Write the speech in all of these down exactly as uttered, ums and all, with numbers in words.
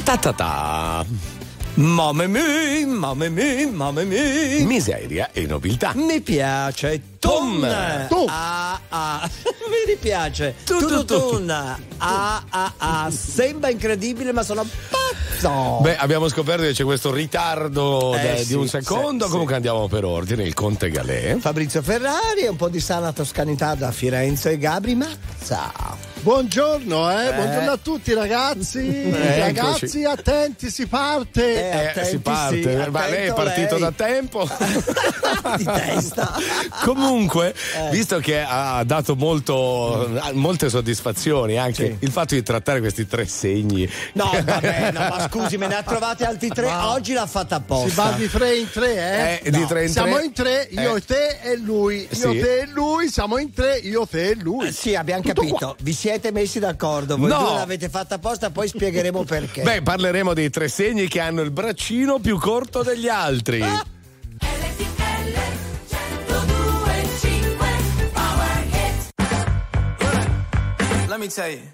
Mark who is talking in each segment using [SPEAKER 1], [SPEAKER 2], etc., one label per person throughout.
[SPEAKER 1] Ta ta ta.
[SPEAKER 2] Mamma mia, mamma mia, mamma mia.
[SPEAKER 1] Miseria e nobiltà.
[SPEAKER 2] Mi piace. Tum.
[SPEAKER 1] Tum.
[SPEAKER 2] Ah, ah. Mi piace.
[SPEAKER 1] Tu, tu, tu, tu.
[SPEAKER 2] Ah, ah, ah. Sembra incredibile, ma sono pazzo.
[SPEAKER 1] Beh, abbiamo scoperto che c'è questo ritardo
[SPEAKER 2] Eh,
[SPEAKER 1] da-
[SPEAKER 2] sì,
[SPEAKER 1] di un secondo.
[SPEAKER 2] sì,
[SPEAKER 1] Comunque
[SPEAKER 2] sì.
[SPEAKER 1] andiamo per ordine. Il Conte Galè.
[SPEAKER 2] Fabrizio Ferrari e un po' di sana toscanità da Firenze. Gabri Mazza.
[SPEAKER 3] Buongiorno, eh?
[SPEAKER 2] Eh.
[SPEAKER 3] Buongiorno a tutti ragazzi.
[SPEAKER 1] Eh,
[SPEAKER 3] ragazzi,
[SPEAKER 1] eccoci.
[SPEAKER 3] attenti, si parte.
[SPEAKER 2] Eh,
[SPEAKER 1] Eh,
[SPEAKER 2] attenti,
[SPEAKER 1] si parte,
[SPEAKER 2] sì,
[SPEAKER 1] ma lei è
[SPEAKER 2] attento
[SPEAKER 1] partito
[SPEAKER 2] lei.
[SPEAKER 1] da tempo.
[SPEAKER 2] Di testa.
[SPEAKER 1] Comunque,
[SPEAKER 2] Eh.
[SPEAKER 1] visto che ha dato molto, molte soddisfazioni anche
[SPEAKER 2] Sì.
[SPEAKER 1] il fatto di trattare questi tre segni.
[SPEAKER 2] No, vabbè, no, ma scusi, me ne ha trovati altri tre.
[SPEAKER 3] Ma-
[SPEAKER 2] Oggi l'ha fatta apposta.
[SPEAKER 3] Si va di tre in tre, eh?
[SPEAKER 1] Eh, di tre in
[SPEAKER 3] Siamo
[SPEAKER 1] tre.
[SPEAKER 3] in tre, io
[SPEAKER 1] Eh.
[SPEAKER 3] e te e lui. Io,
[SPEAKER 1] Sì.
[SPEAKER 3] te e lui, siamo in tre, io, te e lui.
[SPEAKER 2] Eh, Sì, abbiamo
[SPEAKER 3] Tutto
[SPEAKER 2] capito.
[SPEAKER 3] qua.
[SPEAKER 2] Vi siete messi d'accordo. Voi
[SPEAKER 1] No.
[SPEAKER 2] due l'avete fatta apposta, poi spiegheremo perché.
[SPEAKER 1] Beh, parleremo dei tre segni che hanno il braccino più corto degli altri.
[SPEAKER 2] Ah.
[SPEAKER 4] Let me tell you.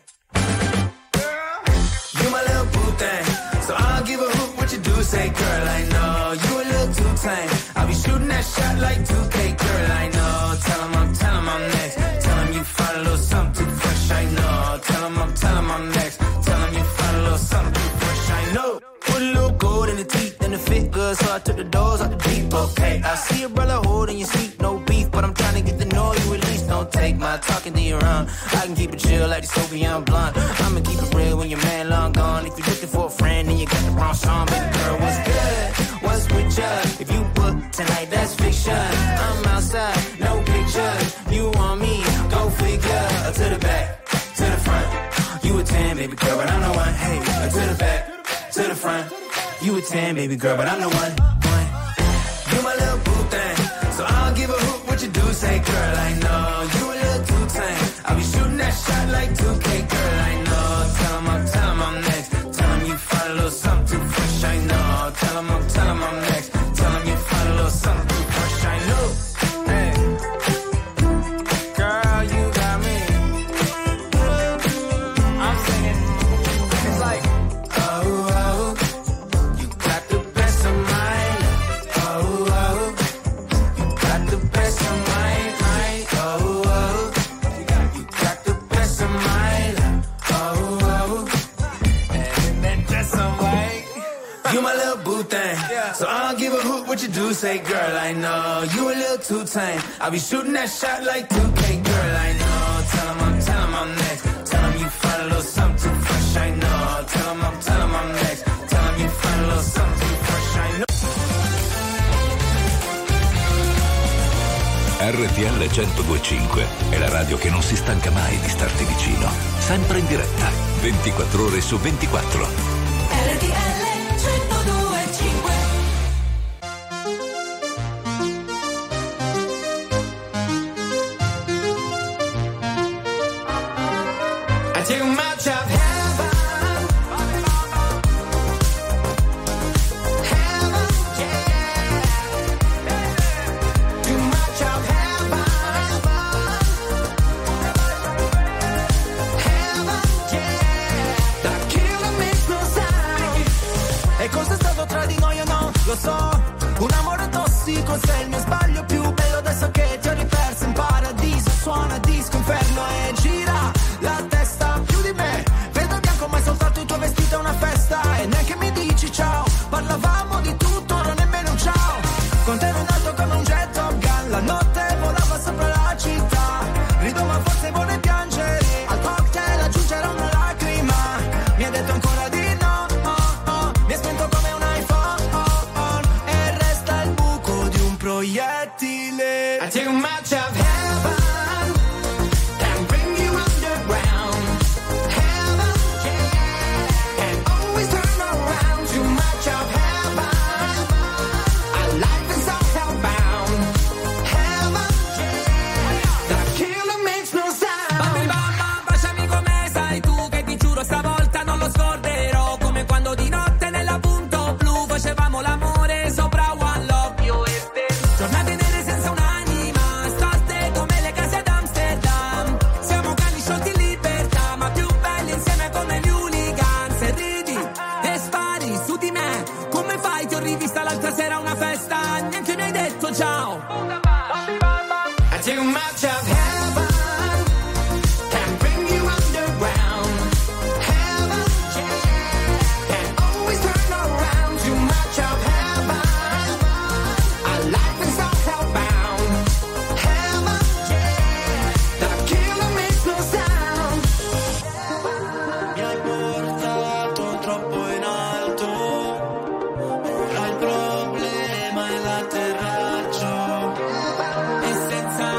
[SPEAKER 4] You my little boo thing, so I don't give a hoot what you do. Say, girl, I know you a little too tame. I'll be shooting that shot like two K, girl, I know. Tell 'em I'm, tell 'em I'm next. Tell 'em you find a little something too fresh, I know. Tell 'em I'm, tell 'em I'm next. Tell 'em you find a little something too fresh, I know. Put a little gold in the teeth and it fit good, so I took the doors out the deep, okay. I see a brother holding your seat, no beef, but I'm trying to get to know you at least. Don't take my talking to your own. I can keep it chill like the Soviet blunt. I'ma keep it real when your man long gone. If you're looking for a friend, then you got the wrong song. Baby girl, what's good? What's with ya? If you book tonight, that's fiction. I'm outside, no pictures. You want me? Go figure. Uh, to the back, to the front. You a ten, baby girl, but I'm the one. Hey, uh, to the back, to the front. You a ten, baby girl, but I'm the one. one. You my little boo thing, so I don't give a hoot what you do. Say, girl, I know you a little too tame. I'll be shooting that shot like two K, girl, I know. Tell 'em I'm, tell 'em I'm next. Tell 'em you find a little something too fresh, I know. Tell 'em I'm, tell 'em I'm next. Tell 'em you find a little something too fresh, I know. Hey, girl, you got me. I'm singing. It's like, oh, oh, you got the best of mine. Oh, oh, you got the best of mine. mine. Oh, oh, you got the best of mine. Oh, oh, and that dress on white. You my little boo thing, so I don't give a hoot what you do. Say, girl, I know you a little too tame. I'll be shooting that shot like two K, girl, I know. Tell 'em I'm, tell 'em I'm next. Tell 'em you find a little something too fresh, I know. Tell 'em I'm, tell 'em I'm next. Tell 'em you find a little something too fresh, I know.
[SPEAKER 5] R T L centodue e cinque è la radio che non si stanca mai di starti vicino. Sempre in diretta, ventiquattro ore su ventiquattro.
[SPEAKER 6] R T L centodue e cinque.
[SPEAKER 4] I take a match of heaven. Heaven, yeah. Too much of heaven. Heaven, yeah. Da killer makes no sense. E cosa è stato tra di noi o no? Lo so. Un amore tossico, sei il mio sbaglio più bello. Adesso che ti ho riperso in paradiso, suona disco inferno e gira la testa più di me. Vedo bianco ma è soltanto il tuo vestito è una festa. E neanche mi dici ciao. Parlavamo di tutto, ora nemmeno un ciao. Con te ero in alto come un jet Top Gun. La notte volava sopra la città. Rido ma forse vuole piangere. Al cocktail aggiungerò una lacrima. Mi ha detto ancora di no, oh, oh. Mi ha spento come un iPhone, oh, oh. E resta il buco di un proiettile much of heaven can bring you underground. Heaven can always turn around. Too much of heaven, our life is all hellbound. Heaven, the killer makes no sound.
[SPEAKER 7] Mi hai portato troppo in alto, ora il problema è l'atterraggio. E senza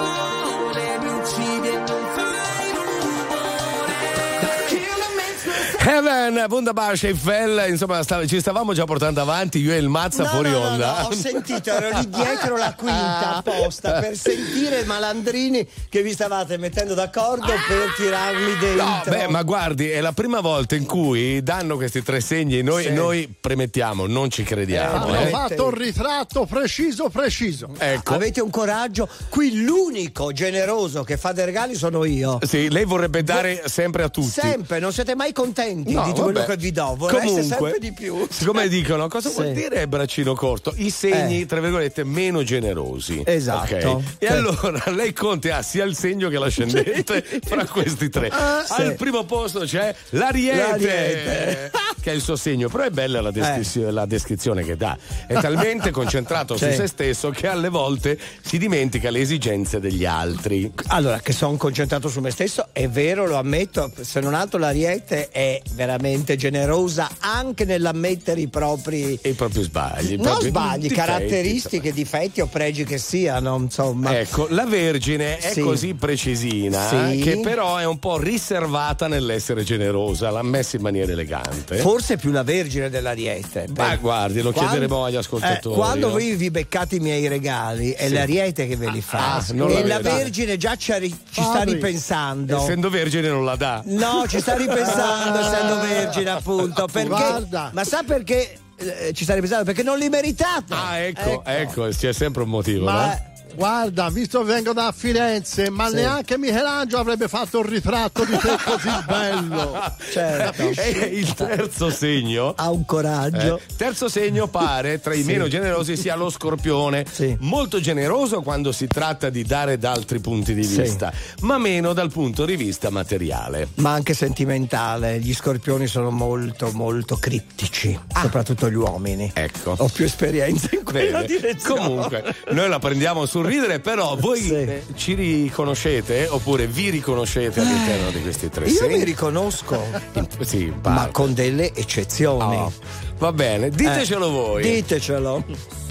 [SPEAKER 7] parole mi uccidi e non fai rumore.
[SPEAKER 4] The killer makes no sound.
[SPEAKER 1] Heaven, Wunderbar, Schaeffel, insomma stav- ci stavamo già portando avanti io e il Mazza
[SPEAKER 2] No,
[SPEAKER 1] fuori
[SPEAKER 2] no, no,
[SPEAKER 1] onda.
[SPEAKER 2] no, ho sentito, ero lì dietro la quinta apposta per sentire Malandrini che vi stavate mettendo d'accordo per tirarmi dentro.
[SPEAKER 1] No, beh, ma guardi, è la prima volta in cui danno questi tre segni e noi,
[SPEAKER 2] Sì.
[SPEAKER 1] noi premettiamo, non ci crediamo.
[SPEAKER 3] Hanno
[SPEAKER 1] eh.
[SPEAKER 3] fatto un ritratto preciso, preciso.
[SPEAKER 1] Ecco.
[SPEAKER 2] Avete un coraggio. Qui l'unico generoso che fa dei regali sono io.
[SPEAKER 1] Sì, lei vorrebbe dare sempre a tutti.
[SPEAKER 2] Sempre, non siete mai contenti
[SPEAKER 1] No,
[SPEAKER 2] di quello
[SPEAKER 1] vabbè.
[SPEAKER 2] che vi do. Vorreste
[SPEAKER 1] Comunque,
[SPEAKER 2] sempre di più.
[SPEAKER 1] Siccome dicono cosa vuol
[SPEAKER 2] Sì.
[SPEAKER 1] dire braccino corto? I segni,
[SPEAKER 2] Eh.
[SPEAKER 1] tra virgolette, meno generosi.
[SPEAKER 2] Esatto.
[SPEAKER 1] Ok? E
[SPEAKER 2] Sì.
[SPEAKER 1] allora lei Conte ha sia il segno che l'ascendente fra questi tre.
[SPEAKER 2] Ah,
[SPEAKER 1] Al
[SPEAKER 2] sì.
[SPEAKER 1] primo posto c'è l'Ariete,
[SPEAKER 2] L'Ariete.
[SPEAKER 1] che è il suo segno, però è bella la, descri-
[SPEAKER 2] Eh.
[SPEAKER 1] la descrizione che dà. È talmente concentrato su
[SPEAKER 2] Sì.
[SPEAKER 1] se stesso che alle volte si dimentica le esigenze degli altri.
[SPEAKER 2] Allora, che sono concentrato su me stesso, è vero, lo ammetto, se non altro l'Ariete è veramente generosa anche nell'ammettere i propri...
[SPEAKER 1] E i propri sbagli. i
[SPEAKER 2] Non
[SPEAKER 1] propri
[SPEAKER 2] sbagli,
[SPEAKER 1] difetti,
[SPEAKER 2] caratteristiche, difetti o pregi che siano, insomma.
[SPEAKER 1] Ecco, la Vergine è
[SPEAKER 2] Sì.
[SPEAKER 1] così precisina
[SPEAKER 2] Sì.
[SPEAKER 1] che però è un po' riservata nell'essere generosa, l'ha messa in maniera elegante.
[SPEAKER 2] Forse più la Vergine dell'Ariete.
[SPEAKER 1] Ma guardi, lo
[SPEAKER 2] Quando-
[SPEAKER 1] chiederemo agli ascoltatori.
[SPEAKER 2] eh, quando
[SPEAKER 1] no?
[SPEAKER 2] voi vi beccate i miei regali, è
[SPEAKER 1] Sì.
[SPEAKER 2] l'Ariete che ve li fa.
[SPEAKER 1] ah, non
[SPEAKER 2] e
[SPEAKER 1] la
[SPEAKER 2] la
[SPEAKER 1] vedo.
[SPEAKER 2] Vergine già ci, ha ri- ci sta
[SPEAKER 3] Padri.
[SPEAKER 2] ripensando.
[SPEAKER 1] Essendo Vergine non la dà.
[SPEAKER 2] No, ci sta ripensando essendo Vergine, appunto. Perché?
[SPEAKER 3] Guarda.
[SPEAKER 2] Ma sa perché eh, ci sta ripensando? Perché non li meritate.
[SPEAKER 1] Ah, ecco, ecco, c'è sempre un motivo,
[SPEAKER 3] Ma
[SPEAKER 1] no?
[SPEAKER 3] guarda, visto che vengo da Firenze, ma
[SPEAKER 2] Sì.
[SPEAKER 3] neanche Michelangelo avrebbe fatto un ritratto di te così bello.
[SPEAKER 2] Certo.
[SPEAKER 1] E il terzo segno.
[SPEAKER 2] Ha un coraggio.
[SPEAKER 1] Eh, terzo segno pare tra i
[SPEAKER 2] Sì.
[SPEAKER 1] meno generosi sia lo Scorpione,
[SPEAKER 2] Sì.
[SPEAKER 1] molto generoso quando si tratta di dare da altri punti di
[SPEAKER 2] Sì.
[SPEAKER 1] vista, ma meno dal punto di vista materiale.
[SPEAKER 2] Ma anche sentimentale. Gli scorpioni sono molto, molto criptici, soprattutto gli uomini.
[SPEAKER 1] Ecco.
[SPEAKER 2] Ho più esperienza in quella
[SPEAKER 1] Bene.
[SPEAKER 2] direzione.
[SPEAKER 1] Comunque, noi la prendiamo sul ridere, però voi
[SPEAKER 2] Sì.
[SPEAKER 1] eh, ci riconoscete oppure vi riconoscete all'interno di questi tre
[SPEAKER 2] Io
[SPEAKER 1] segni?
[SPEAKER 2] mi riconosco,
[SPEAKER 1] Sì, in
[SPEAKER 2] ma
[SPEAKER 1] parte.
[SPEAKER 2] con delle eccezioni.
[SPEAKER 1] Oh, va bene, ditecelo
[SPEAKER 2] Eh,
[SPEAKER 1] voi.
[SPEAKER 2] Ditecelo.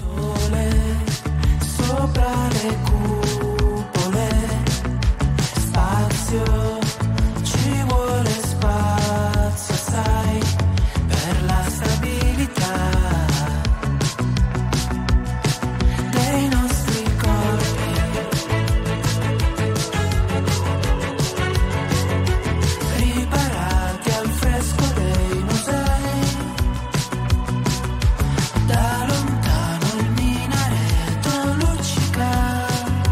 [SPEAKER 7] Sole sopra le cupole, spazio, ci vuole spazio, sai, per la stabilità dei nostri corpi. Riparati al fresco dei musei, da lontano il minareto luccica,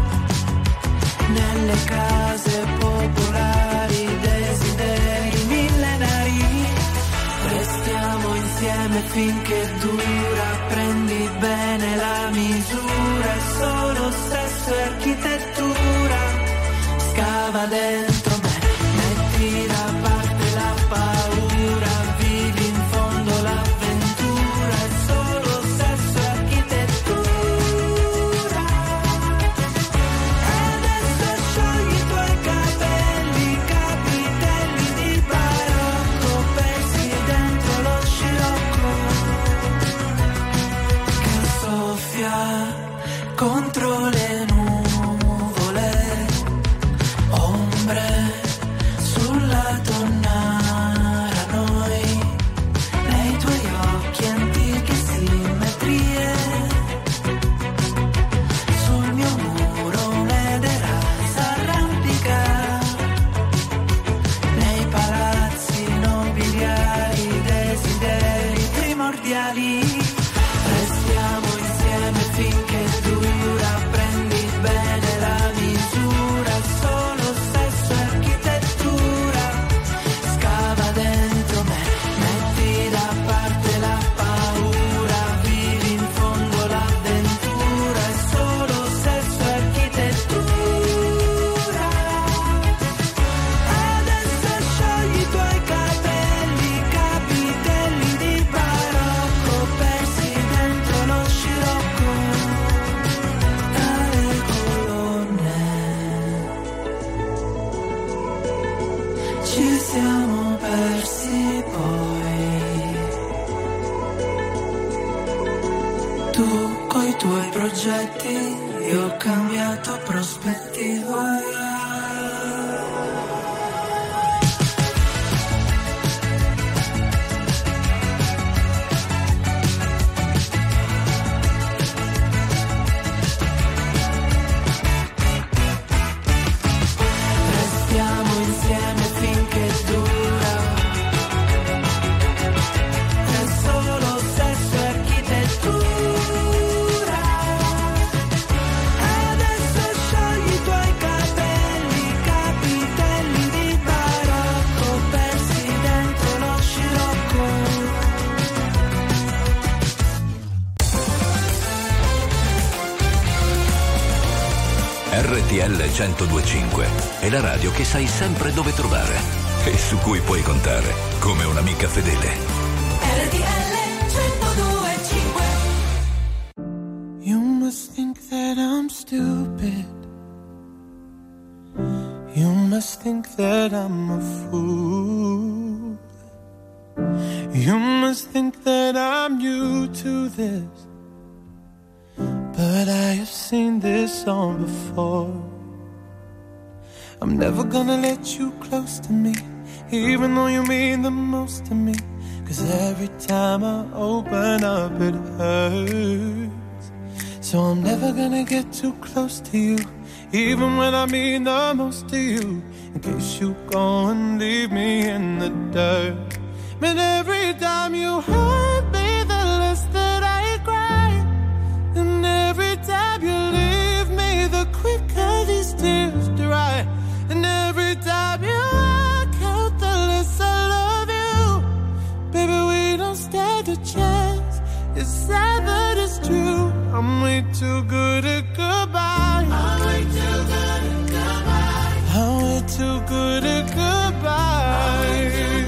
[SPEAKER 7] nelle case popolari desideri millenari. Restiamo insieme finché dura, prendi bene la misura, è solo sesso e architettura. Scava dentro me, metti da parte la paura, vivi in fondo l'avventura, è solo sesso e architettura. E adesso sciogli i tuoi capelli, capitelli di barocco, persi dentro lo scirocco che soffia contro le nuvole, ombre siamo persi poi. Tu coi tuoi progetti, io ho cambiato prospettiva.
[SPEAKER 5] R T L centodue e cinque è la radio che sai sempre dove trovare e su cui puoi contare come un'amica fedele.
[SPEAKER 6] R T L centodue e cinque.
[SPEAKER 7] You must think that I'm stupid. You must think that I'm a fool. You must think that I'm new to this. But I have seen this all before. I'm never gonna let you close to me, even though you mean the most to me. Cause every time I open up it hurts. So I'm never gonna get too close to you, even when I mean the most to you. In case you go and leave me in the dirt. But every time you hurt me, the less that I cry. And every time you leave me, the quicker these tears dry. And every time you walk out, the less I love you. Baby, we don't stand a chance. It's sad, but it's true. I'm way too good at goodbye. I'm way too good at goodbye. I'm way too good at goodbye. I'm way too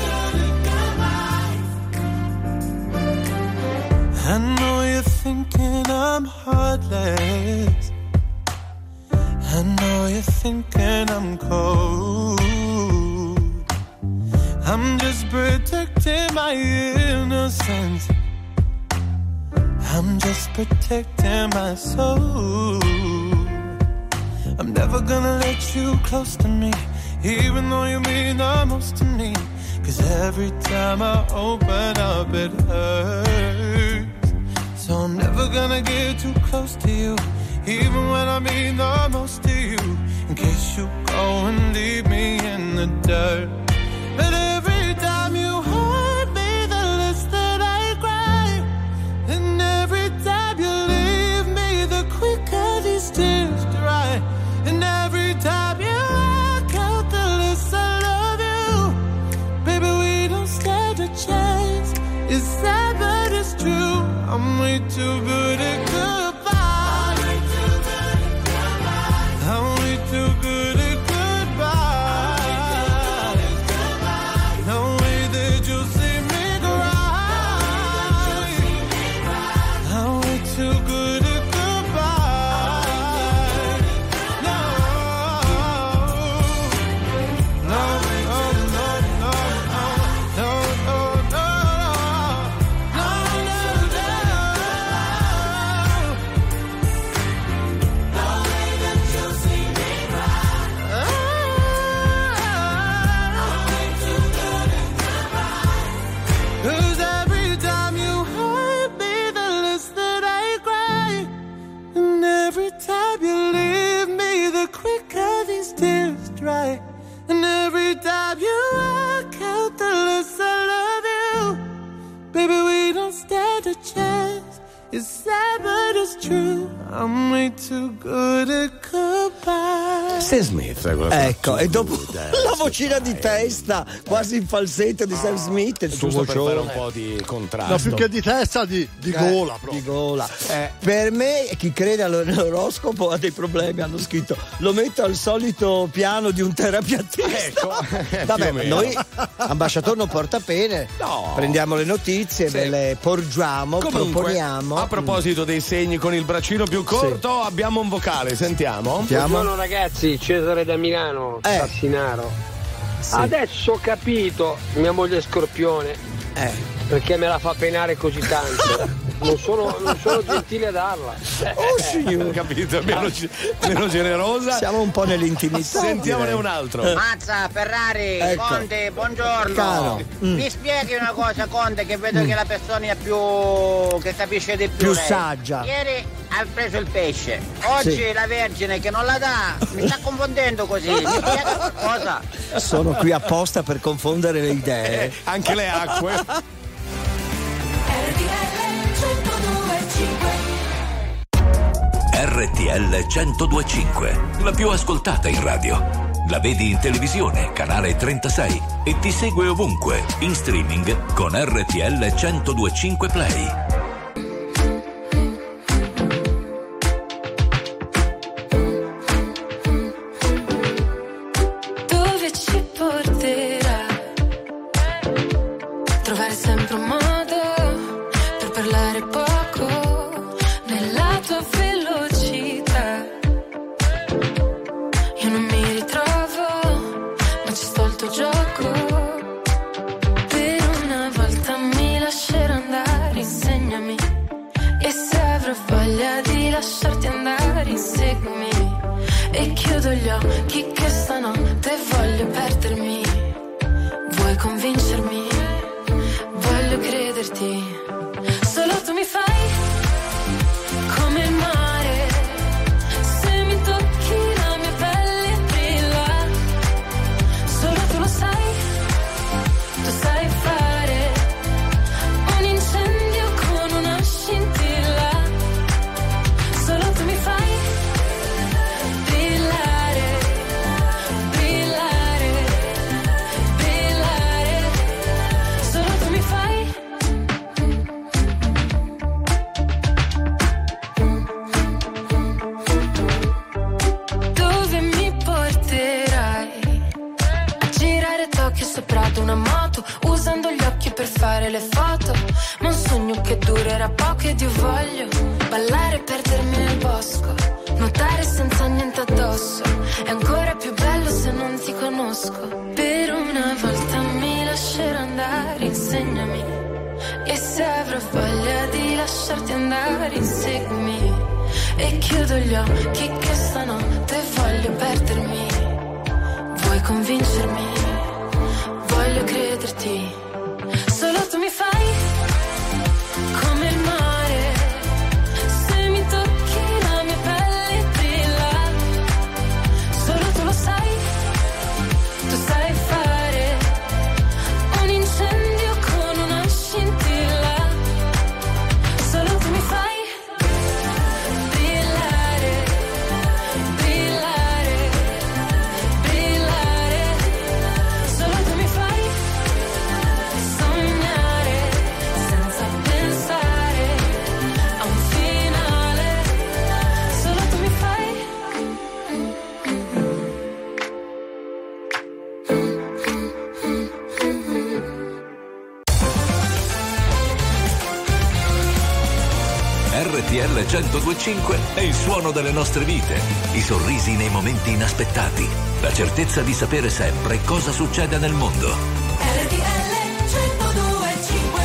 [SPEAKER 7] good at goodbye. I know you're thinking I'm heartless. I know you're thinking I'm cold. I'm just protecting my innocence. I'm just protecting my soul. I'm never gonna let you close to me, even though you mean the most to me. Cause every time I open up it hurts. So I'm never gonna get too close to you, even when I mean the most to you. In case you go and leave me in the dirt. But every time you hurt me, the less that I cry. And every time you leave me, the quicker these tears dry. And every time you walk out, the less I love you. Baby, we don't stand a chance. It's sad, but it's true. I'm way too good at goodbye. I'm way too good at goodbye. I'm way too good at goodbye. No way that you'll see me cry. I'm way too good at goodbye. No, no, no, no, no, no, no, no, no, no, no. No way that you'll see me cry. I'm way too good at goodbye. 'Cause every time you hurt me, the less that I cry. And every time you leave me, the quicker these tears dry. And every time you walk out, the less I love you. Baby, we don't stand a chance. It's sad, but it's true. I'm way too good at goodbye.
[SPEAKER 1] Sam Smith, quello
[SPEAKER 2] Ecco, e dopo
[SPEAKER 1] Dai,
[SPEAKER 2] la vocina di testa, quasi in falsetto di Sam Smith, il suo
[SPEAKER 1] giusto per fare un
[SPEAKER 2] vocione.
[SPEAKER 1] po' di contrasto.
[SPEAKER 3] No, più che di testa, di, di gola
[SPEAKER 2] Eh,
[SPEAKER 3] proprio.
[SPEAKER 2] di gola.
[SPEAKER 1] Eh.
[SPEAKER 2] Per me, chi crede allo- nell'oroscopo ha dei problemi, hanno scritto. Lo metto al solito piano di un terapiattista.
[SPEAKER 1] Ecco,
[SPEAKER 2] Vabbè,
[SPEAKER 1] più o meno.
[SPEAKER 2] noi ambasciatore non porta pene.
[SPEAKER 1] No.
[SPEAKER 2] Prendiamo le notizie,
[SPEAKER 1] Sì.
[SPEAKER 2] ve le porgiamo,
[SPEAKER 1] Comunque,
[SPEAKER 2] proponiamo.
[SPEAKER 1] a proposito dei segni con il braccino più corto, abbiamo un vocale, sentiamo.
[SPEAKER 2] Sentiamo.
[SPEAKER 8] Buongiorno ragazzi, Cesare da Milano,
[SPEAKER 2] Eh.
[SPEAKER 8] Sassinaro.
[SPEAKER 2] Sì.
[SPEAKER 8] Adesso ho capito mia moglie Scorpione
[SPEAKER 2] Eh.
[SPEAKER 8] perché me la fa penare così tanto. Non sono, non sono gentile a darla.
[SPEAKER 2] Oh signore,
[SPEAKER 1] Ho capito, è meno, meno generosa.
[SPEAKER 2] siamo un po' nell'intimità.
[SPEAKER 1] Sentiamone
[SPEAKER 2] direi.
[SPEAKER 1] un altro.
[SPEAKER 9] Mazza, Ferrari,
[SPEAKER 2] Ecco.
[SPEAKER 9] Conte, buongiorno.
[SPEAKER 2] Caro. Mm.
[SPEAKER 9] Mi spieghi una cosa, Conte, che vedo che è la persona più che capisce di più.
[SPEAKER 2] Più
[SPEAKER 9] lei.
[SPEAKER 2] saggia.
[SPEAKER 9] Ieri ha preso il pesce, oggi
[SPEAKER 2] Sì.
[SPEAKER 9] la Vergine che non la dà, mi sta confondendo così. Mi spiega qualcosa?
[SPEAKER 2] Sono qui apposta per confondere le idee.
[SPEAKER 1] Eh, anche le acque.
[SPEAKER 6] R T L centodue e cinque.
[SPEAKER 5] R T L centodue e cinque, la più ascoltata in radio. La vedi in televisione, canale trentasei, e ti segue ovunque, in streaming con R T L centodue e cinque Play.
[SPEAKER 10] Dove ci porterà? Trovare sempre un modo per parlare poco nella tua velocità. Io non mi ritrovo, ma ci sto al tuo gioco. Per una volta mi lascerò andare, insegnami. E se avrò voglia di lasciarti andare, inseguimi. E chiudo gli occhi che stanotte voglio perdermi. Vuoi convincermi? Voglio crederti. Solo tu mi fai come il mare. Se mi tocchi la mia pelle brilla. Solo tu lo sai. Tu sai fare un incendio con una scintilla. Solo tu mi fai brillare, brillare, brillare. Solo tu mi fai. Dove mi porterai? A girare Tokyo sopra ad una moto, usando gli occhi per fare le foto. Ma un sogno che durerà poco ed io voglio ballare e perdermi nel bosco, nuotare senza niente addosso. È ancora più bello se non ti conosco. Per una volta mi lascerò andare, insegnami. E se avrò voglia di lasciarti andare, inseguimi. E chiudo gli occhi che stanotte voglio perdermi. Vuoi convincermi? Voglio crederti. Solo tu mi fai come il mare. Se mi tocchi la mia pelle brilla. Solo tu lo sai. Tu sai fare un incendio con una scintilla. Solo tu mi fai brillare, brillare, brillare. Solo tu mi fai sognare senza pensare a un finale. Solo tu mi fai.
[SPEAKER 5] R T L centodue e cinque è il suono delle nostre vite, i sorrisi nei momenti inaspettati, la certezza di sapere sempre cosa succede nel mondo.
[SPEAKER 6] R T L centodue e cinque.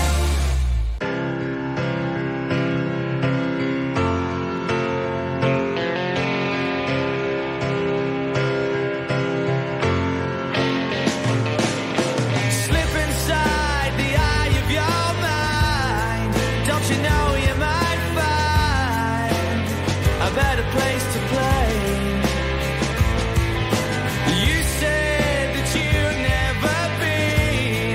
[SPEAKER 4] Slip inside the eye of your mind. Don't you know you might find a better place to play? You said that you'd never be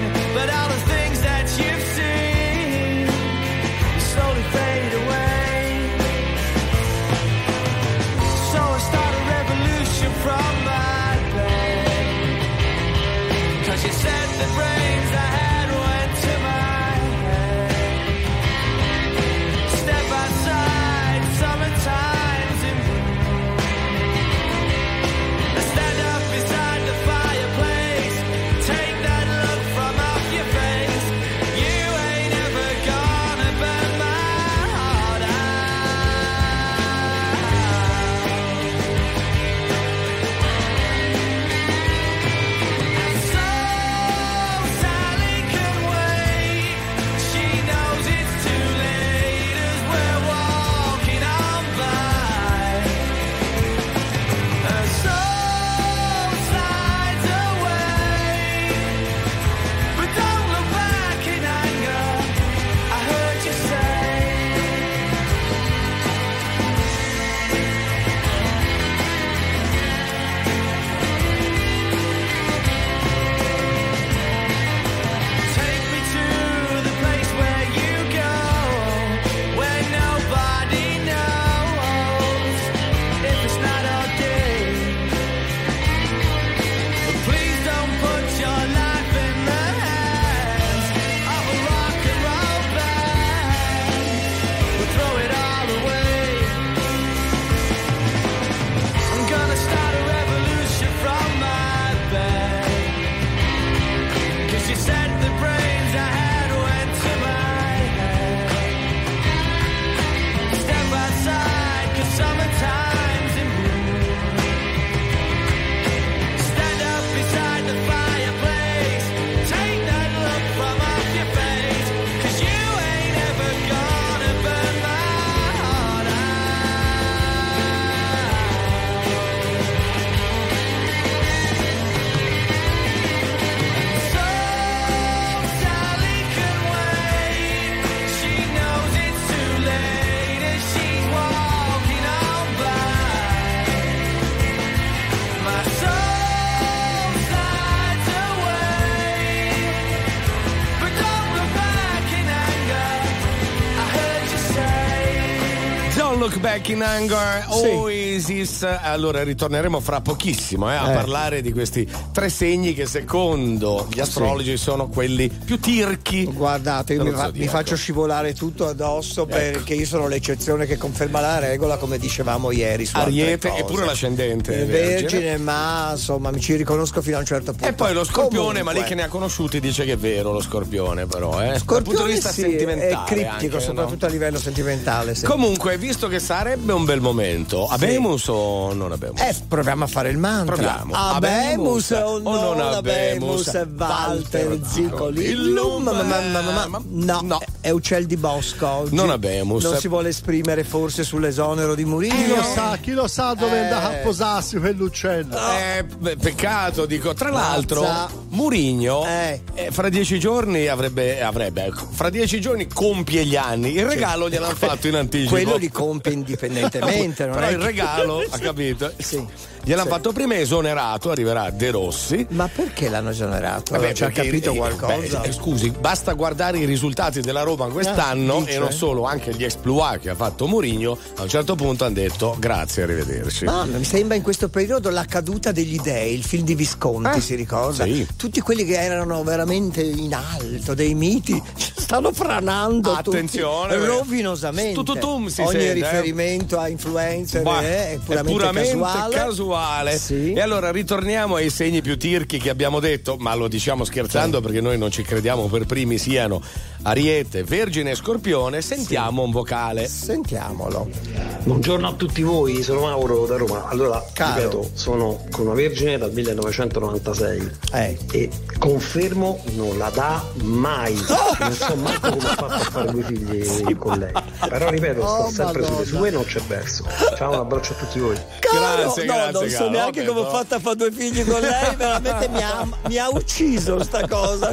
[SPEAKER 1] Don't Look Back in Anger,
[SPEAKER 2] Sì.
[SPEAKER 1] Oasis. Allora ritorneremo fra pochissimo eh, a
[SPEAKER 2] Eh.
[SPEAKER 1] parlare di questi tre segni che secondo gli astrologi sono quelli più tirchi.
[SPEAKER 2] Guardate, io mi,
[SPEAKER 1] dello
[SPEAKER 2] fa- mi
[SPEAKER 1] zodiaco.
[SPEAKER 2] faccio scivolare tutto addosso
[SPEAKER 1] Ecco.
[SPEAKER 2] perché io sono l'eccezione che conferma la regola, come dicevamo ieri. Su altre
[SPEAKER 1] Ariete
[SPEAKER 2] cose.
[SPEAKER 1] e pure l'ascendente
[SPEAKER 2] Eh,
[SPEAKER 1] Vergine.
[SPEAKER 2] Vergine, ma insomma mi ci riconosco fino a un certo punto.
[SPEAKER 1] E poi lo scorpione,
[SPEAKER 2] Comunque,
[SPEAKER 1] ma lì che ne ha conosciuti dice che è vero lo scorpione, però, eh. Dal punto
[SPEAKER 2] Scorpione
[SPEAKER 1] di vista
[SPEAKER 2] sì,
[SPEAKER 1] sentimentale.
[SPEAKER 2] è criptico,
[SPEAKER 1] anche,
[SPEAKER 2] soprattutto
[SPEAKER 1] no?
[SPEAKER 2] a livello sentimentale. Sì.
[SPEAKER 1] Comunque, visto che sarebbe un bel momento, abemus o non abemus?
[SPEAKER 2] Eh, proviamo a fare il mantra.
[SPEAKER 1] Proviamo.
[SPEAKER 2] Abemus o
[SPEAKER 1] o
[SPEAKER 2] non
[SPEAKER 1] non
[SPEAKER 2] abemus,
[SPEAKER 1] abemus,
[SPEAKER 2] Walter Zicoli.
[SPEAKER 1] Illum,
[SPEAKER 2] Ma- ma- ma- ma- ma- No,
[SPEAKER 1] no.
[SPEAKER 2] è uccel di bosco oggi.
[SPEAKER 1] Non abemus.
[SPEAKER 2] Non si vuole esprimere forse sull'esonero di
[SPEAKER 3] Chi
[SPEAKER 2] Murillo?
[SPEAKER 3] lo sa, chi lo sa dove è
[SPEAKER 2] Eh.
[SPEAKER 3] andato a posarsi quell'uccello?
[SPEAKER 1] Eh, beh, peccato, dico. Tra l'altro,
[SPEAKER 2] Mazza.
[SPEAKER 1] Murigno
[SPEAKER 2] Eh.
[SPEAKER 1] eh, fra dieci giorni avrebbe, avrebbe, ecco, fra dieci giorni compie gli anni. Il regalo gliel'hanno fatto in anticipo.
[SPEAKER 2] Quello li compie indipendentemente. non
[SPEAKER 1] Però
[SPEAKER 2] è
[SPEAKER 1] il
[SPEAKER 2] che-
[SPEAKER 1] regalo, ha capito?
[SPEAKER 2] Sì.
[SPEAKER 1] Gliel'hanno
[SPEAKER 2] Sì.
[SPEAKER 1] fatto prima, è esonerato, arriverà De Rossi.
[SPEAKER 2] Ma perché l'hanno esonerato?
[SPEAKER 1] Vabbè,
[SPEAKER 2] ci ha
[SPEAKER 1] perché-
[SPEAKER 2] capito
[SPEAKER 1] eh,
[SPEAKER 2] qualcosa?
[SPEAKER 1] beh, scusi, basta guardare i risultati della Roma quest'anno
[SPEAKER 2] Ah, dice?
[SPEAKER 1] e non solo, anche gli exploit che ha fatto Mourinho. A un certo punto hanno detto grazie, arrivederci.
[SPEAKER 2] Ma mi sembra in questo periodo la caduta degli dei, il film di Visconti,
[SPEAKER 1] Eh,
[SPEAKER 2] si ricorda?
[SPEAKER 1] sì.
[SPEAKER 2] Tutti quelli che erano veramente in alto, dei miti, stanno franando
[SPEAKER 1] Attenzione,
[SPEAKER 2] tutti,
[SPEAKER 1] perché-
[SPEAKER 2] rovinosamente.
[SPEAKER 1] Tututum si
[SPEAKER 2] Ogni
[SPEAKER 1] sente, eh.
[SPEAKER 2] riferimento a influencer
[SPEAKER 1] Bah,
[SPEAKER 2] è puramente, casuale.
[SPEAKER 1] casuale.
[SPEAKER 2] Sì.
[SPEAKER 1] E allora ritorniamo ai segni più tirchi che abbiamo detto, ma lo diciamo scherzando perché noi non ci crediamo per primi siano Ariete, Vergine e Scorpione. Sentiamo un vocale.
[SPEAKER 2] Sentiamolo.
[SPEAKER 11] Buongiorno a tutti voi, sono Mauro da Roma. Allora,
[SPEAKER 2] Caro.
[SPEAKER 11] ripeto, sono con una Vergine dal millenovecentonovantasei
[SPEAKER 2] Eh.
[SPEAKER 11] e confermo non la dà mai. Non so manco come ha fatto a fare due figli con lei. Però ripeto, sto
[SPEAKER 2] Oh,
[SPEAKER 11] sempre
[SPEAKER 2] Madonna.
[SPEAKER 11] sulle sue, non c'è verso. Ciao, un abbraccio a tutti voi.
[SPEAKER 2] Caro,
[SPEAKER 1] Grazie,
[SPEAKER 2] no,
[SPEAKER 1] grazie,
[SPEAKER 2] non so
[SPEAKER 1] caro.
[SPEAKER 2] neanche
[SPEAKER 1] Vabbè,
[SPEAKER 2] come ho
[SPEAKER 1] no.
[SPEAKER 2] fatto a fare due figli con lei, veramente mi ha, mi ha ucciso sta cosa.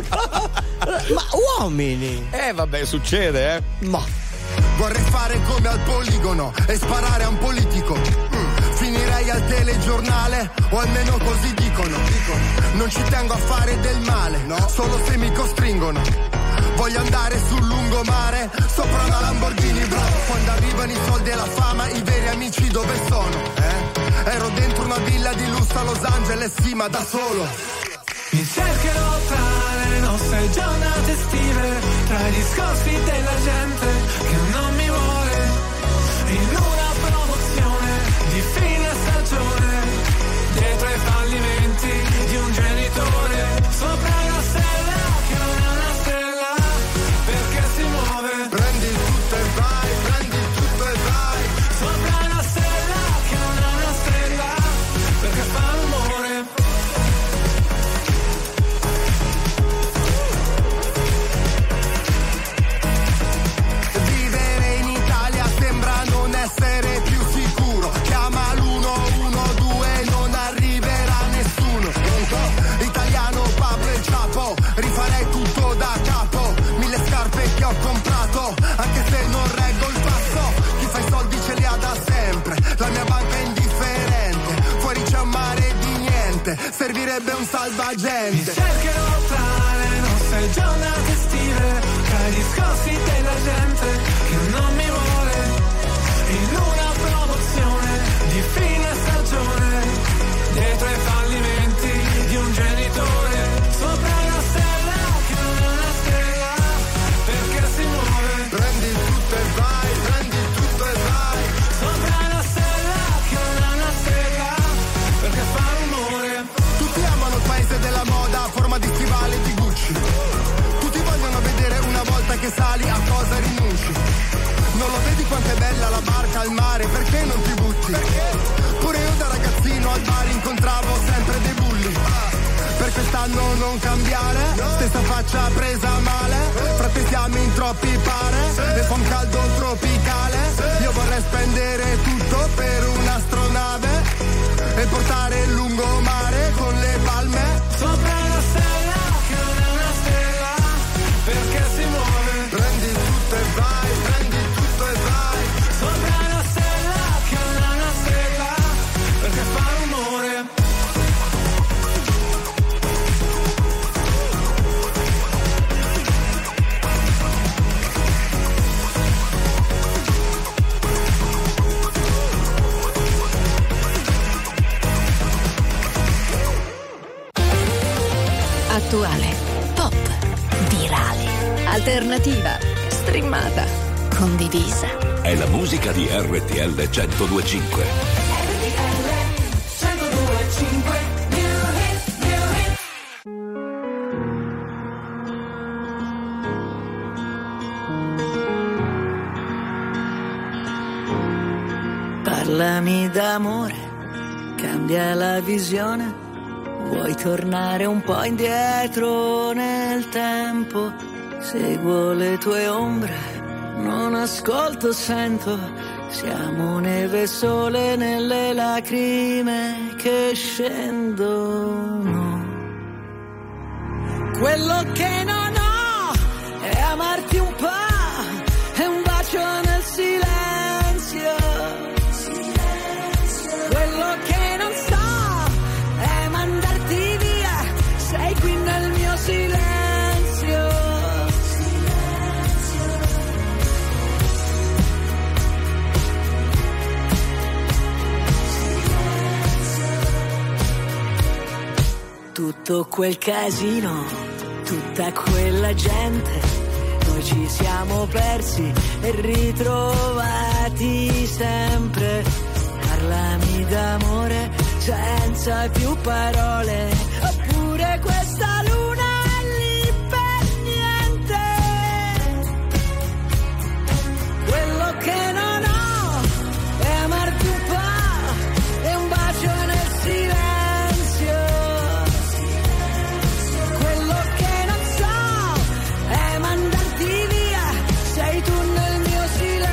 [SPEAKER 2] Ma uomini!
[SPEAKER 1] Eh vabbè, succede, eh.
[SPEAKER 2] Ma
[SPEAKER 12] Vorrei fare come al poligono e sparare a un politico. Mm, Finirei al telegiornale, o almeno così dicono. Non ci tengo a fare del male, solo se mi costringono. Voglio andare sul lungomare, sopra una Lamborghini, bravo. Quando arrivano i soldi e la fama, i veri amici dove sono? Eh? Ero dentro una villa di lusso a Los Angeles, sì, ma da solo.
[SPEAKER 7] Mi cercherò tra le nostre giornate estive, tra i discorsi della gente che non mi vuole, in una promozione di fine stagione, dietro ai fallimenti di un genitore, sopra una stella che non è una stella, perché si muove.
[SPEAKER 12] Prendi il tutto e vai, prendi il tutto e vai.
[SPEAKER 7] Sopra una stella che non è una stella, perché fa rumore.
[SPEAKER 12] Vivere in Italia sembra non essere più sicuro. Chiama l'uno uno due, non arriverà nessuno. Italiano Pablo e Chapo, rifarei tutto da capo. Mille scarpe che ho comprato, anche se non reggo il passo. Chi fa i soldi ce li ha da sempre, la mia banca è indifferente. Fuori c'è un mare di niente, servirebbe un salvagente.
[SPEAKER 7] Cercherò tra le nostre giornate estive, tra i discorsi della gente che non mi vuole, in una promozione di fine stagione, dietro ai fallimenti di un genitore, sopra una stella che non è una stella, perché si muove.
[SPEAKER 12] Prendi il tutto e vai, prendi il tutto e vai.
[SPEAKER 7] Sopra una stella che non è una stella, perché fa rumore.
[SPEAKER 12] Tutti amano il paese della moda a forma di stivali di Gucci. Tutti vogliono vedere una volta che sali a cosa rinunci. Non lo vedi quanto è bella la barca al mare, perché non ti butti? Pure io da ragazzino al bar incontravo sempre dei bulli. Per quest'anno non cambiare, stessa faccia presa male. Frate siamo in troppi pare, e fa un caldo tropicale. Io vorrei spendere tutto per un'astronave e portare il lungomare con le palme.
[SPEAKER 7] Sopra una stella che non è una stella, perché si muove.
[SPEAKER 12] Prendi tutto e vai, prendi tutto e vai.
[SPEAKER 7] Sopra una stella che non è una stella, perché fa rumore.
[SPEAKER 13] Attuale, pop, virale, alternativa, streamata, condivisa.
[SPEAKER 5] È la musica di R T L centodue e cinque.
[SPEAKER 6] R T L centodue e cinque.
[SPEAKER 14] Parlami d'amore, cambia la visione. Vuoi tornare un po' indietro nel tempo? Seguo le tue ombre, non ascolto, sento. Siamo neve e sole nelle lacrime che scendono. Quello che non ho è amarti un po', è un bacio nel silenzio. Quello che non so è mandarti via, sei qui nel mio silenzio. Tutto quel casino, tutta quella gente, noi ci siamo persi e ritrovati sempre. Parlami d'amore senza più parole, oppure questa luna è lì per niente. Quello che non ho è amarti un po', è un bacio nel silenzio. Quello che non so è mandarti via, sei tu nel mio silenzio.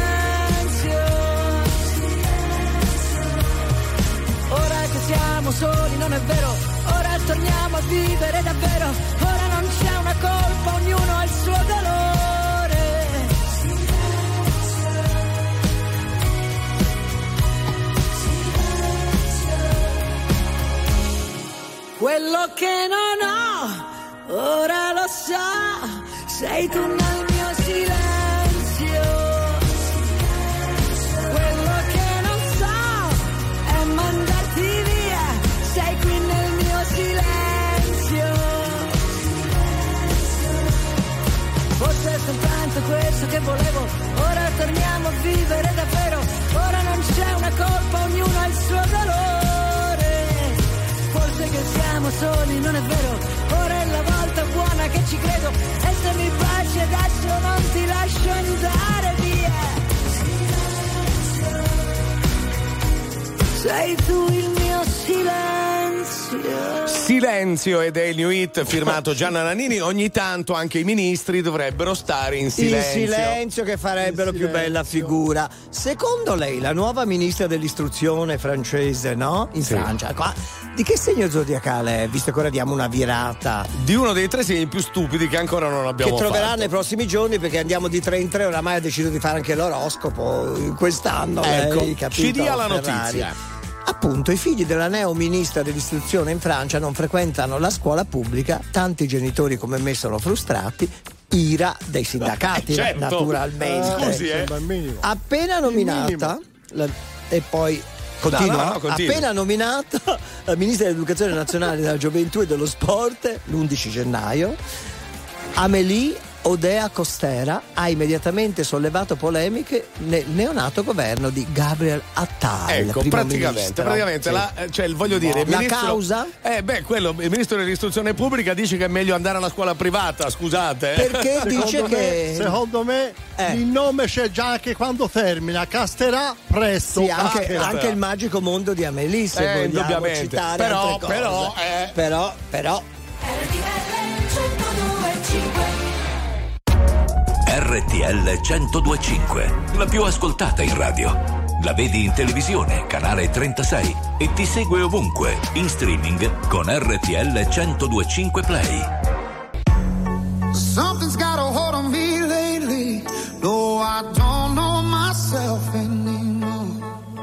[SPEAKER 14] Siamo soli, non è vero, ora torniamo a vivere davvero, ora non c'è una colpa, ognuno ha il suo dolore. Quello che non ho, ora lo so, sei tu nel mio silenzio. Quello che non so è mandarti via, sei qui nel mio silenzio. Forse è soltanto questo che volevo, ora torniamo a vivere davvero, ora non c'è una colpa, ognuno ha il suo dolore. Forse che siamo soli, non è vero, ora è la volta buona che ci credo, e se mi baci adesso non ti lascio andare via. Sei tu il mio silenzio.
[SPEAKER 1] Silenzio, ed è il new hit firmato Gianna Nannini. Ogni tanto anche i ministri dovrebbero stare in silenzio.
[SPEAKER 2] In silenzio, che farebbero più bella figura. Secondo lei la nuova ministra dell'istruzione francese, no? In
[SPEAKER 1] Sì.
[SPEAKER 2] Francia. Qua, di che segno zodiacale è? Visto che ora diamo una virata.
[SPEAKER 1] Di uno dei tre segni più stupidi che ancora non abbiamo
[SPEAKER 2] Che troverà
[SPEAKER 1] fatto.
[SPEAKER 2] nei prossimi giorni, perché andiamo di tre in tre, oramai ha deciso di fare anche l'oroscopo quest'anno.
[SPEAKER 1] Ecco,
[SPEAKER 2] lei, capito,
[SPEAKER 1] ci dia la
[SPEAKER 2] Ferrari.
[SPEAKER 1] notizia.
[SPEAKER 2] Appunto, i figli della neo ministra dell'istruzione in Francia non frequentano la scuola pubblica, tanti genitori come me sono frustrati, ira dei sindacati,
[SPEAKER 1] Eh, certo.
[SPEAKER 2] naturalmente.
[SPEAKER 1] Scusi, eh.
[SPEAKER 2] Appena nominata, la- e poi continua,
[SPEAKER 1] No, no, no, continua.
[SPEAKER 2] appena nominata la ministra dell'Educazione Nazionale, della Gioventù e dello Sport l'undici gennaio, Amélie Odea Costera ha immediatamente sollevato polemiche nel neonato governo di Gabriel Attal.
[SPEAKER 1] Ecco,
[SPEAKER 2] primo
[SPEAKER 1] praticamente,
[SPEAKER 2] ministro.
[SPEAKER 1] praticamente
[SPEAKER 2] Sì.
[SPEAKER 1] la, cioè, voglio dire, il
[SPEAKER 2] La
[SPEAKER 1] ministro-
[SPEAKER 2] causa?
[SPEAKER 1] Eh, beh, quello, il ministro dell'istruzione pubblica dice che è meglio andare alla scuola privata, scusate. eh.
[SPEAKER 2] Perché dice
[SPEAKER 3] Secondo me,
[SPEAKER 2] che
[SPEAKER 3] secondo me
[SPEAKER 2] Eh.
[SPEAKER 3] il nome c'è già anche quando termina, Casterà presto.
[SPEAKER 2] sì, anche,
[SPEAKER 3] Casterà.
[SPEAKER 2] anche il magico mondo di Amélie, se
[SPEAKER 1] Eh,
[SPEAKER 2] vogliamo
[SPEAKER 1] indubbiamente.
[SPEAKER 2] citare
[SPEAKER 1] Però,
[SPEAKER 2] altre cose.
[SPEAKER 1] però, eh.
[SPEAKER 2] però, però
[SPEAKER 5] R T L centodue e cinque, la più ascoltata in radio. La vedi in televisione, canale trentasei, e ti segue ovunque, in streaming con R T L centodue e cinque Play.
[SPEAKER 12] Something's got a hold on me lately. No, I don't know myself anymore.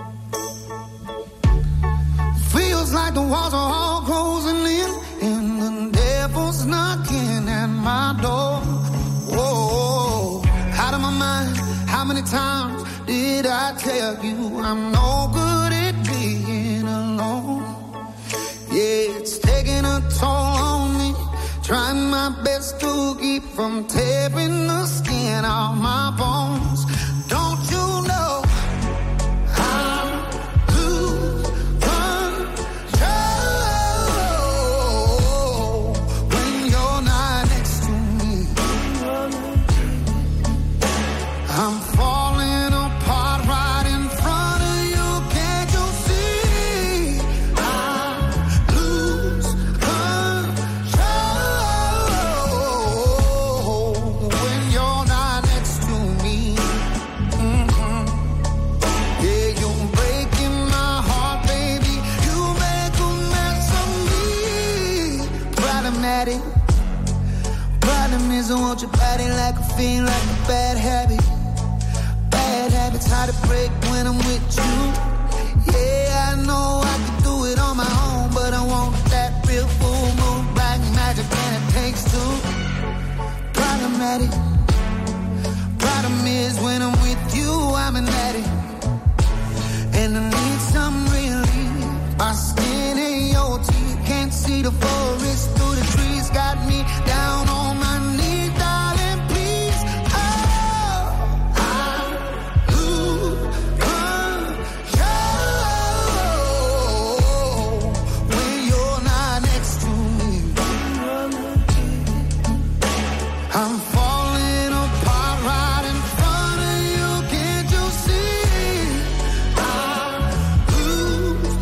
[SPEAKER 12] Feels like the walls are all closing in, and the devil's knocking at my door. Whoa, out of my mind. How many times did I tell you I'm no good at being alone? Yeah, it's taking a toll on me. Trying my best to keep from tearing the skin off my bones. Don't you know I lose control when you're not next to me? I'm falling apart right in front of you. Can't you see? I lose control when you're not next to me. Mm-hmm. Yeah, you're breaking my heart, baby. You make a mess of me. Problematic. Problem is I want your body like a fiend, like a bad habit. Bad habits hard to break when I'm with you. Yeah, I know I can do it on my own, but I want that real full moon, black magic, and it takes two. Problematic. Problem is when I'm with you, I'm an addict, and I need some relief. My skin and your teeth, can't see the forest through the trees, got me down on my knees, darling, please. Oh, I lose control when you're not next to me. I'm falling apart right in front of you. Can't you see? I lose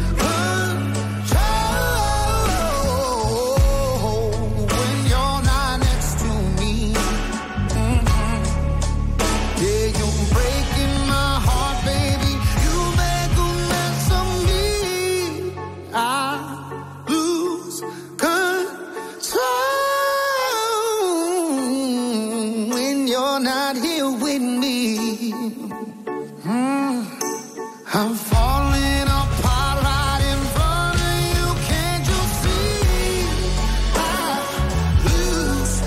[SPEAKER 12] control when you're not next to me. Mhm. Yeah, you're breaking my heart, baby. You make a mess of me. I lose control when you're not here with me. Mm. I'm falling apart right in front of you. Can't you see? I lose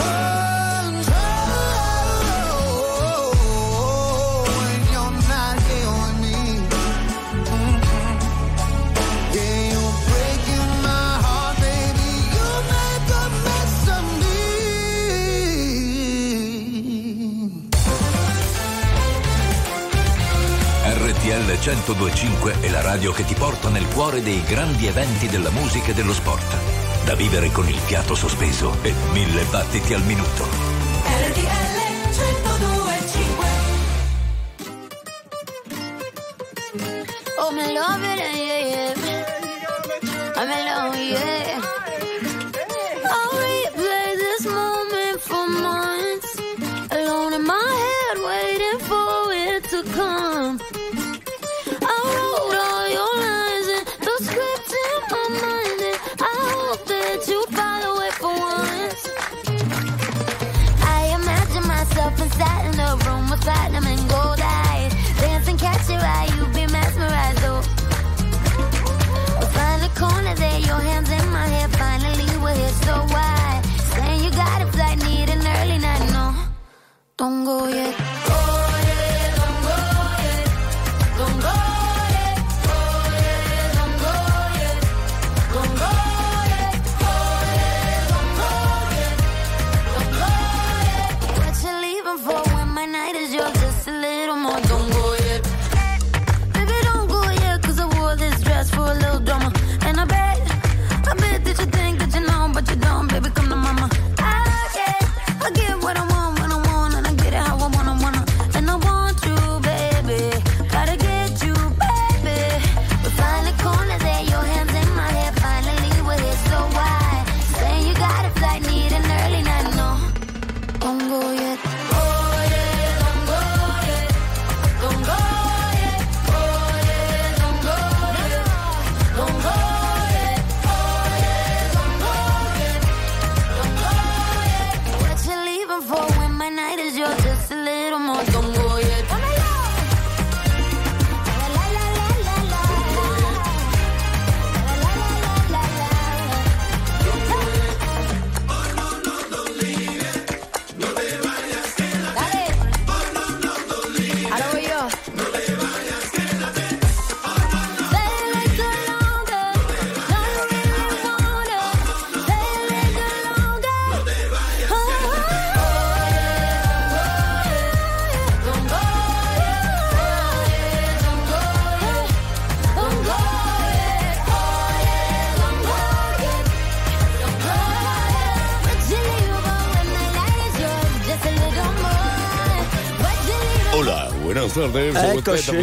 [SPEAKER 12] control when you're not here with me. Mhm. Yeah, you're breaking my heart, baby. You make a mess of me.
[SPEAKER 5] R T L centodue e cinque è la radio che ti porta nel cuore dei grandi eventi della musica e dello sport. Da vivere con il fiato sospeso e mille battiti al minuto.
[SPEAKER 6] R T L centodue e cinque.
[SPEAKER 10] Oh, me love it, yeah, yeah. I'm in love, yeah. I'll replay this moment for months, alone in my head, waiting for it to come. I wrote all your lines and the script in my mind, and I hope that you follow it for once. I imagine myself inside in a room with platinum and gold eyes, dancing, catch your eye, you be mesmerized, oh. We'll find a corner there, your hands in my hair, finally we're here, so why? Saying you got a flight, need an early night, no, don't go yet. Oh yeah, don't go yet, don't go yet, oh yeah, don't go yet, don't go yet, oh yeah, don't go yet, don't go yet. What you leaving for when my night is yours, just a little more, don't go yet. Baby, don't go yet, cause I wore this dress for a little drama. And I bet, I bet that you think that you know, but you don't, baby, come to mama. I get, I get what I want when I want, and I get it how I
[SPEAKER 1] buenas tardes.
[SPEAKER 2] Eccoci.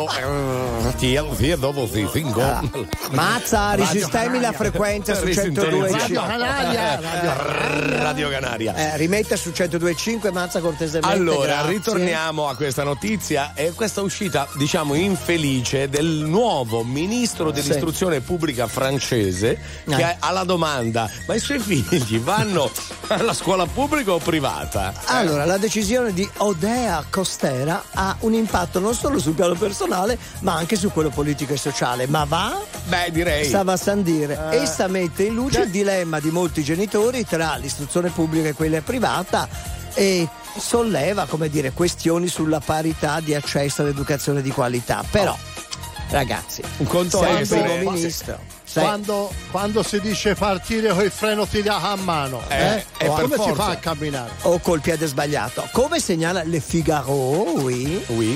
[SPEAKER 1] Ah.
[SPEAKER 2] Mazza, risistemi la frequenza su centodue e
[SPEAKER 3] Radio Canaria, Radio
[SPEAKER 1] Radio Canaria.
[SPEAKER 2] Eh, rimetta su centodue e cinque, Mazza, cortesemente.
[SPEAKER 1] Allora,
[SPEAKER 2] grazie.
[SPEAKER 1] ritorniamo a questa notizia e questa uscita, diciamo, infelice del nuovo ministro dell'istruzione pubblica francese che
[SPEAKER 2] Eh.
[SPEAKER 1] alla domanda: ma i suoi figli vanno alla scuola pubblica o privata?
[SPEAKER 2] Allora, la decisione di Odea Costera ha un impatto non solo sul piano personale, ma anche su quello politico e sociale. Ma va?
[SPEAKER 1] Beh, direi.
[SPEAKER 2] Stava a Sandire.
[SPEAKER 1] Eh.
[SPEAKER 2] Essa mette in luce il dilemma di molti genitori tra l'istruzione pubblica e quella privata e solleva, come dire, questioni sulla parità di accesso all'educazione di qualità. Però, ragazzi,
[SPEAKER 1] un conto
[SPEAKER 2] sei
[SPEAKER 1] è
[SPEAKER 2] il primo
[SPEAKER 1] essere-
[SPEAKER 2] ministro. Sei-
[SPEAKER 3] Quando, quando si dice partire con il freno tirato a mano,
[SPEAKER 1] Eh,
[SPEAKER 3] eh,
[SPEAKER 1] è
[SPEAKER 3] come
[SPEAKER 1] per
[SPEAKER 3] si
[SPEAKER 1] forza.
[SPEAKER 3] fa a camminare?
[SPEAKER 2] o col piede sbagliato. Come segnala Le Figaro, oui,
[SPEAKER 1] Oui.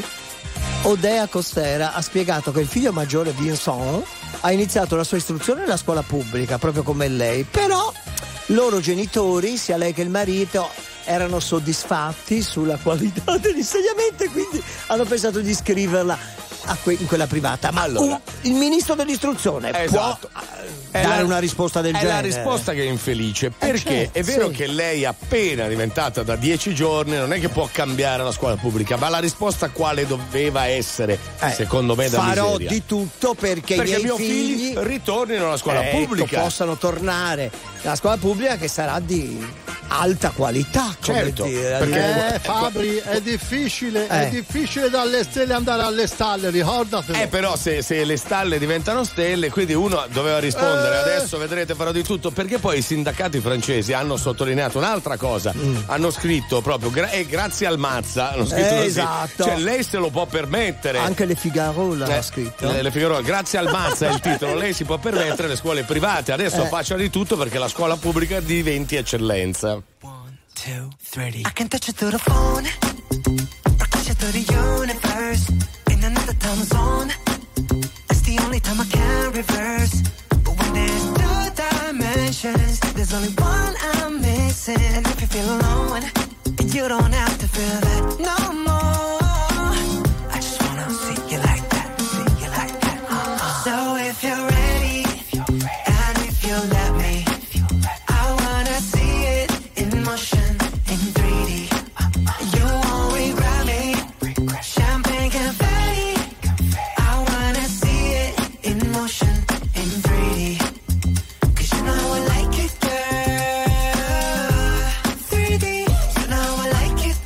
[SPEAKER 2] Odea Costera ha spiegato che il figlio maggiore Vincent ha iniziato la sua istruzione nella scuola pubblica, proprio come lei, però loro genitori, sia lei che il marito, erano soddisfatti sulla qualità dell'insegnamento e quindi hanno pensato di iscriverla a que- in quella privata. Ma
[SPEAKER 1] Allora.
[SPEAKER 2] un- il ministro dell'istruzione
[SPEAKER 1] Esatto.
[SPEAKER 2] può
[SPEAKER 1] È
[SPEAKER 2] dare
[SPEAKER 1] la-
[SPEAKER 2] una risposta del
[SPEAKER 1] è
[SPEAKER 2] genere?
[SPEAKER 1] la risposta che è infelice, perché
[SPEAKER 2] certo,
[SPEAKER 1] è vero
[SPEAKER 2] sì.
[SPEAKER 1] che lei appena diventata da dieci giorni non è che può cambiare la scuola pubblica, ma la risposta quale doveva essere,
[SPEAKER 2] Eh,
[SPEAKER 1] secondo me, da
[SPEAKER 2] farò
[SPEAKER 1] miseria?
[SPEAKER 2] di tutto perché,
[SPEAKER 1] Perché
[SPEAKER 2] i miei
[SPEAKER 1] mio
[SPEAKER 2] figli,
[SPEAKER 1] figli ritornino alla scuola
[SPEAKER 2] ecco,
[SPEAKER 1] pubblica.
[SPEAKER 2] possano tornare alla scuola pubblica che sarà di alta qualità, come
[SPEAKER 1] Certo,
[SPEAKER 2] dire.
[SPEAKER 1] perché-
[SPEAKER 3] Eh, Fabri, è difficile, è
[SPEAKER 2] Eh.
[SPEAKER 3] difficile dalle stelle andare alle stalle, ricordatelo.
[SPEAKER 1] Eh, però se, se le stalle diventano stelle, quindi uno doveva rispondere:
[SPEAKER 3] Eh.
[SPEAKER 1] adesso vedrete, farò di tutto. Perché poi i sindacati francesi hanno sottolineato un'altra cosa, hanno scritto proprio gra- e grazie al Mazza hanno scritto
[SPEAKER 2] Eh,
[SPEAKER 1] così.
[SPEAKER 2] esatto.
[SPEAKER 1] Cioè lei se lo può permettere.
[SPEAKER 2] Anche Le Figaro l'ha
[SPEAKER 1] Eh,
[SPEAKER 2] scritto.
[SPEAKER 1] Le, le Figaro, grazie al Mazza è il titolo, lei si può permettere le scuole private, adesso
[SPEAKER 2] Eh.
[SPEAKER 1] faccia di tutto perché la scuola pubblica diventi eccellenza.
[SPEAKER 15] Two, three. I can touch you through the phone, or touch you through the universe, in another time zone. That's the only time I can reverse. But when there's two dimensions, there's only one I'm missing. And if you feel alone, you don't have to feel that no more. I just wanna see you like that, see you like that. Uh-uh. So if you're ready, and if you let me, I wanna see it in motion. In three D, you won't regret me. Champagne confetti, I wanna see it in motion. In three D, 'cause you know I like it, girl. three D, you know I like it,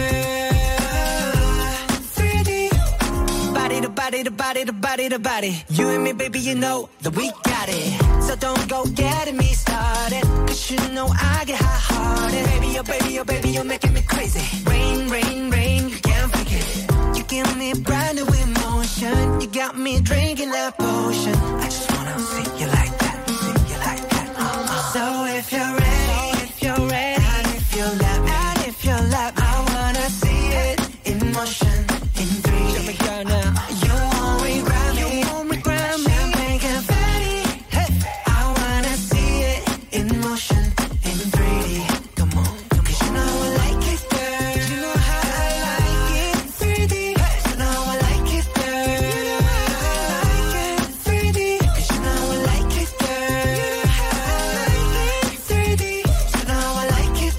[SPEAKER 15] girl. three D, body to body to body to body to body. You and me, baby, you know that we got it. So don't go getting me started, 'cause you know I get hot-hearted. Baby, oh baby, oh baby, you're making me crazy. Rain, rain, rain, you can't fake it. You give me brand new emotion. You got me drinking that potion. I just wanna see you like that, see you like that. Uh-uh. So if you're ready, if you're ready, and if you let me, and if you let me, I wanna see it in motion, in three D. Show me girl now. You won't regret me, you won't regret me. Champagne confetti, hey. I wanna see it in motion, in three D. Come on, come on. 'Cause you know I like it, girl. You know how I like it, three D. Hey. You know I like it, girl. You know how I like it, three D. 'Cause you know I like it, girl. You know how I like it, three D. You know I like it,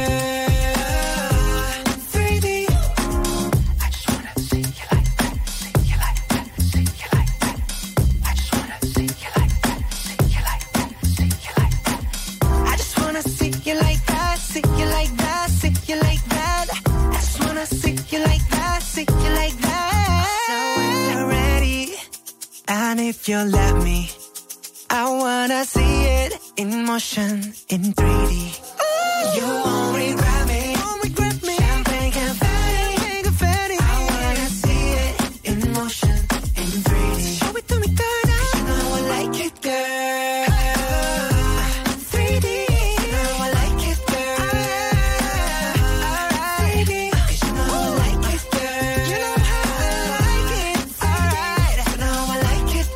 [SPEAKER 15] girl. three D. I just wanna see you like that, see you like that, see you like that. I just wanna see you like that, see you like that, see you like that. I just wanna see you like that, see you like that, see you like that. I just wanna see you like that, see you like that. So if you're ready, and if you let me, I wanna see it in motion, in three D. You won't regret me, won't regret me. Champagne confetti, confetti. I wanna see it in motion, in three D. Show it to me, girl. 'Cause you know I like it, girl. three D. You know I like it, girl. Alright. three D. 'Cause you know I like it, girl. You know how I like it. Alright. You know I like it,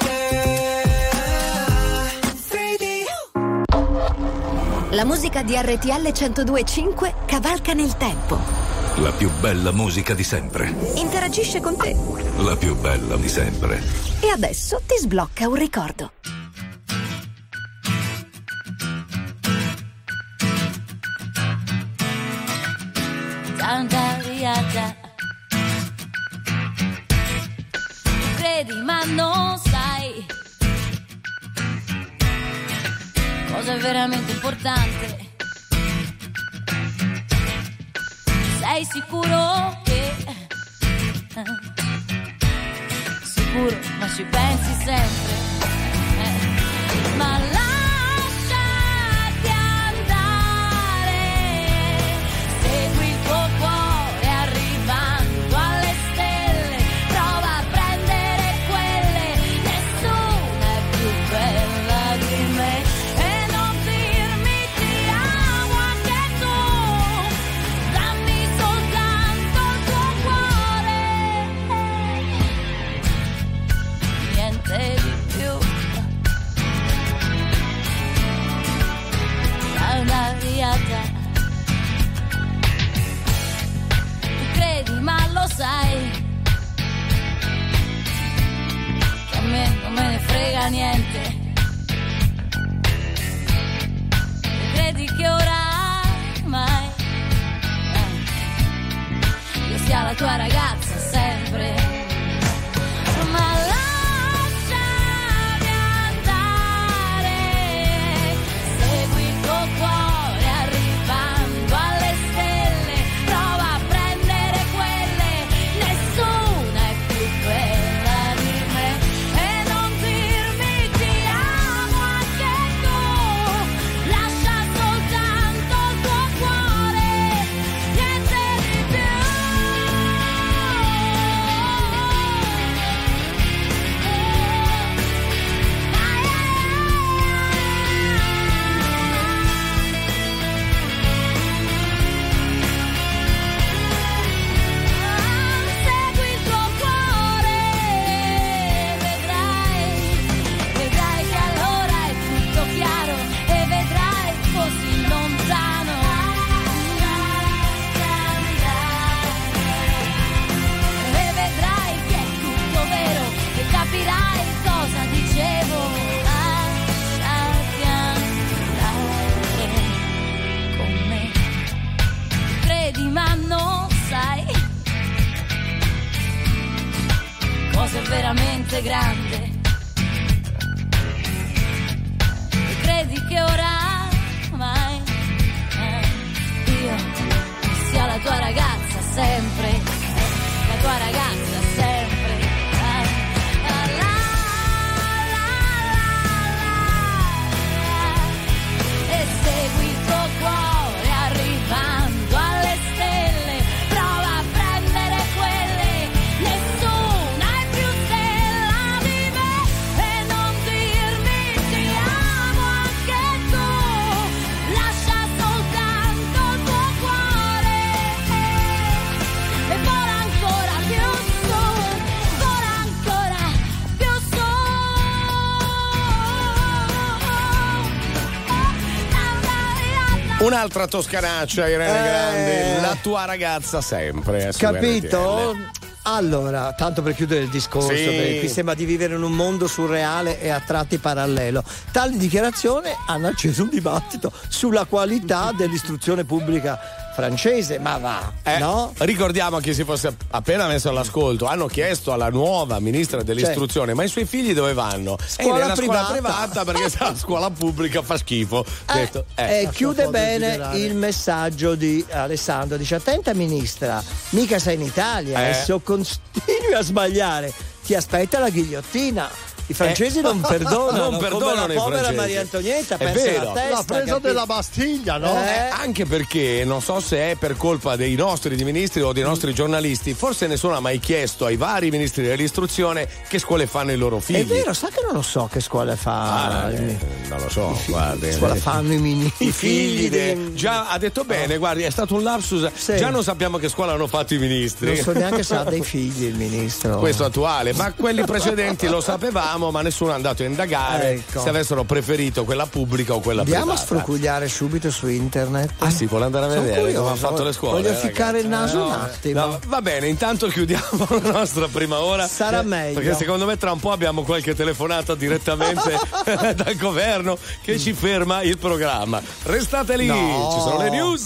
[SPEAKER 15] girl. three D.
[SPEAKER 13] La musica di R T L centodue e cinque cavalca nel tempo.
[SPEAKER 5] La più bella musica di sempre.
[SPEAKER 13] Interagisce con te.
[SPEAKER 5] La più bella di sempre.
[SPEAKER 13] E adesso ti sblocca un ricordo.
[SPEAKER 16] Credi ma non sai cosa è veramente importante. Sei sicuro che sicuro ma ci pensi sempre eh. Ma lasciati andare, segui il tuo cuore arrivando alle stelle, prova a prendere quelle, nessuna è più bella di me. E non dirmi ti amo anche tu, dammi soltanto il tuo cuore, niente di più. Una riata, tu credi ma lo sai che a me non me ne frega niente. E credi che oramai eh, io sia la tua ragazza sempre. Ma lasciami andare, segui il tuo cuore arrivando alle stelle, prova a prendere quelle, nessuna è più bella di me. E non dirmi ti amo anche tu, lascia soltanto il tuo cuore, niente di più. Segui il tuo cuore, vedrai, vedrai che allora è tutto chiaro e vedrai così lontano. E vedrai che è tutto vero e capirai cosa dicevo. Lasciati andare con me. Credi ma non sai cosa è veramente grande. E credi che oramai eh, io sia la tua ragazza sempre, eh, la tua ragazza sempre. eh. La, la, la, la, la. E segui il tuo cuore arrivando alle stelle, prova a prendere quelle, nessuna è più stella di me. E non dirmi ti amo anche tu, lascia soltanto il tuo cuore e vola ancora più su, vola ancora più su.
[SPEAKER 1] Un'altra toscanaccia, Irene
[SPEAKER 2] Eh.
[SPEAKER 1] Grandi, la tua ragazza sempre. eh, su
[SPEAKER 2] Capito?
[SPEAKER 1] R T L.
[SPEAKER 2] Allora, tanto per chiudere il discorso,
[SPEAKER 1] Sì.
[SPEAKER 2] perché qui sembra di vivere in un mondo surreale e a tratti parallelo. Tali dichiarazioni hanno acceso un dibattito sulla qualità dell'istruzione pubblica francese, ma va,
[SPEAKER 1] Eh,
[SPEAKER 2] no?
[SPEAKER 1] Ricordiamo a chi si fosse appena messo all'ascolto, hanno chiesto alla nuova ministra dell'istruzione, ma i suoi figli dove vanno?
[SPEAKER 2] Scuola
[SPEAKER 1] e nella
[SPEAKER 2] privata.
[SPEAKER 1] scuola privata perché la scuola pubblica fa schifo.
[SPEAKER 2] Eh,
[SPEAKER 1] Detto, eh.
[SPEAKER 2] eh, chiude
[SPEAKER 3] un po'
[SPEAKER 2] bene
[SPEAKER 3] desiderare.
[SPEAKER 2] il messaggio di Alessandro, dice: attenta ministra, mica sei in Italia
[SPEAKER 1] Eh.
[SPEAKER 2] e se continui a sbagliare ti aspetta la ghigliottina. I francesi
[SPEAKER 1] Eh.
[SPEAKER 2] non perdonano,
[SPEAKER 1] Non
[SPEAKER 2] come
[SPEAKER 1] perdonano
[SPEAKER 2] la
[SPEAKER 1] i
[SPEAKER 2] povera
[SPEAKER 1] francesi.
[SPEAKER 2] Maria Antonietta,
[SPEAKER 1] È
[SPEAKER 2] persa
[SPEAKER 1] vero.
[SPEAKER 2] la testa.
[SPEAKER 3] L'ha presa
[SPEAKER 2] capito?
[SPEAKER 3] della Bastiglia, no?
[SPEAKER 1] Eh, anche perché non so se è per colpa dei nostri di ministri o dei nostri giornalisti, forse nessuno ha mai chiesto ai vari ministri dell'istruzione che scuole fanno i loro figli.
[SPEAKER 2] È vero, sa che non lo so che scuola fa.
[SPEAKER 1] Ah, eh, non lo so, guardi.
[SPEAKER 2] Che scuola fanno i, mini,
[SPEAKER 1] I figli de-
[SPEAKER 2] di-
[SPEAKER 1] già ha detto bene, guardi, è stato un lapsus.
[SPEAKER 2] Sì.
[SPEAKER 1] Già non sappiamo che scuola hanno fatto i ministri.
[SPEAKER 2] Non so neanche se ha dei figli il ministro.
[SPEAKER 1] Questo attuale, ma quelli precedenti lo sapevamo. chiediamo, ma nessuno è andato a indagare
[SPEAKER 2] Ecco.
[SPEAKER 1] se avessero preferito quella pubblica o quella
[SPEAKER 2] Andiamo a
[SPEAKER 1] privata.
[SPEAKER 2] sfrucugliare subito su internet.
[SPEAKER 1] Ah sì, vuole andare a
[SPEAKER 2] Sono
[SPEAKER 1] vedere
[SPEAKER 2] curioso,
[SPEAKER 1] come hanno fatto le scuole.
[SPEAKER 2] voglio
[SPEAKER 1] eh,
[SPEAKER 2] ficcare il naso
[SPEAKER 1] ragazzi.
[SPEAKER 2] un attimo.
[SPEAKER 1] No, va bene, intanto chiudiamo la nostra prima ora.
[SPEAKER 2] Sarà meglio.
[SPEAKER 1] Perché secondo me tra un po' abbiamo qualche telefonata direttamente dal governo che ci ferma il programma. Restate lì,
[SPEAKER 2] No.
[SPEAKER 1] ci sono le news.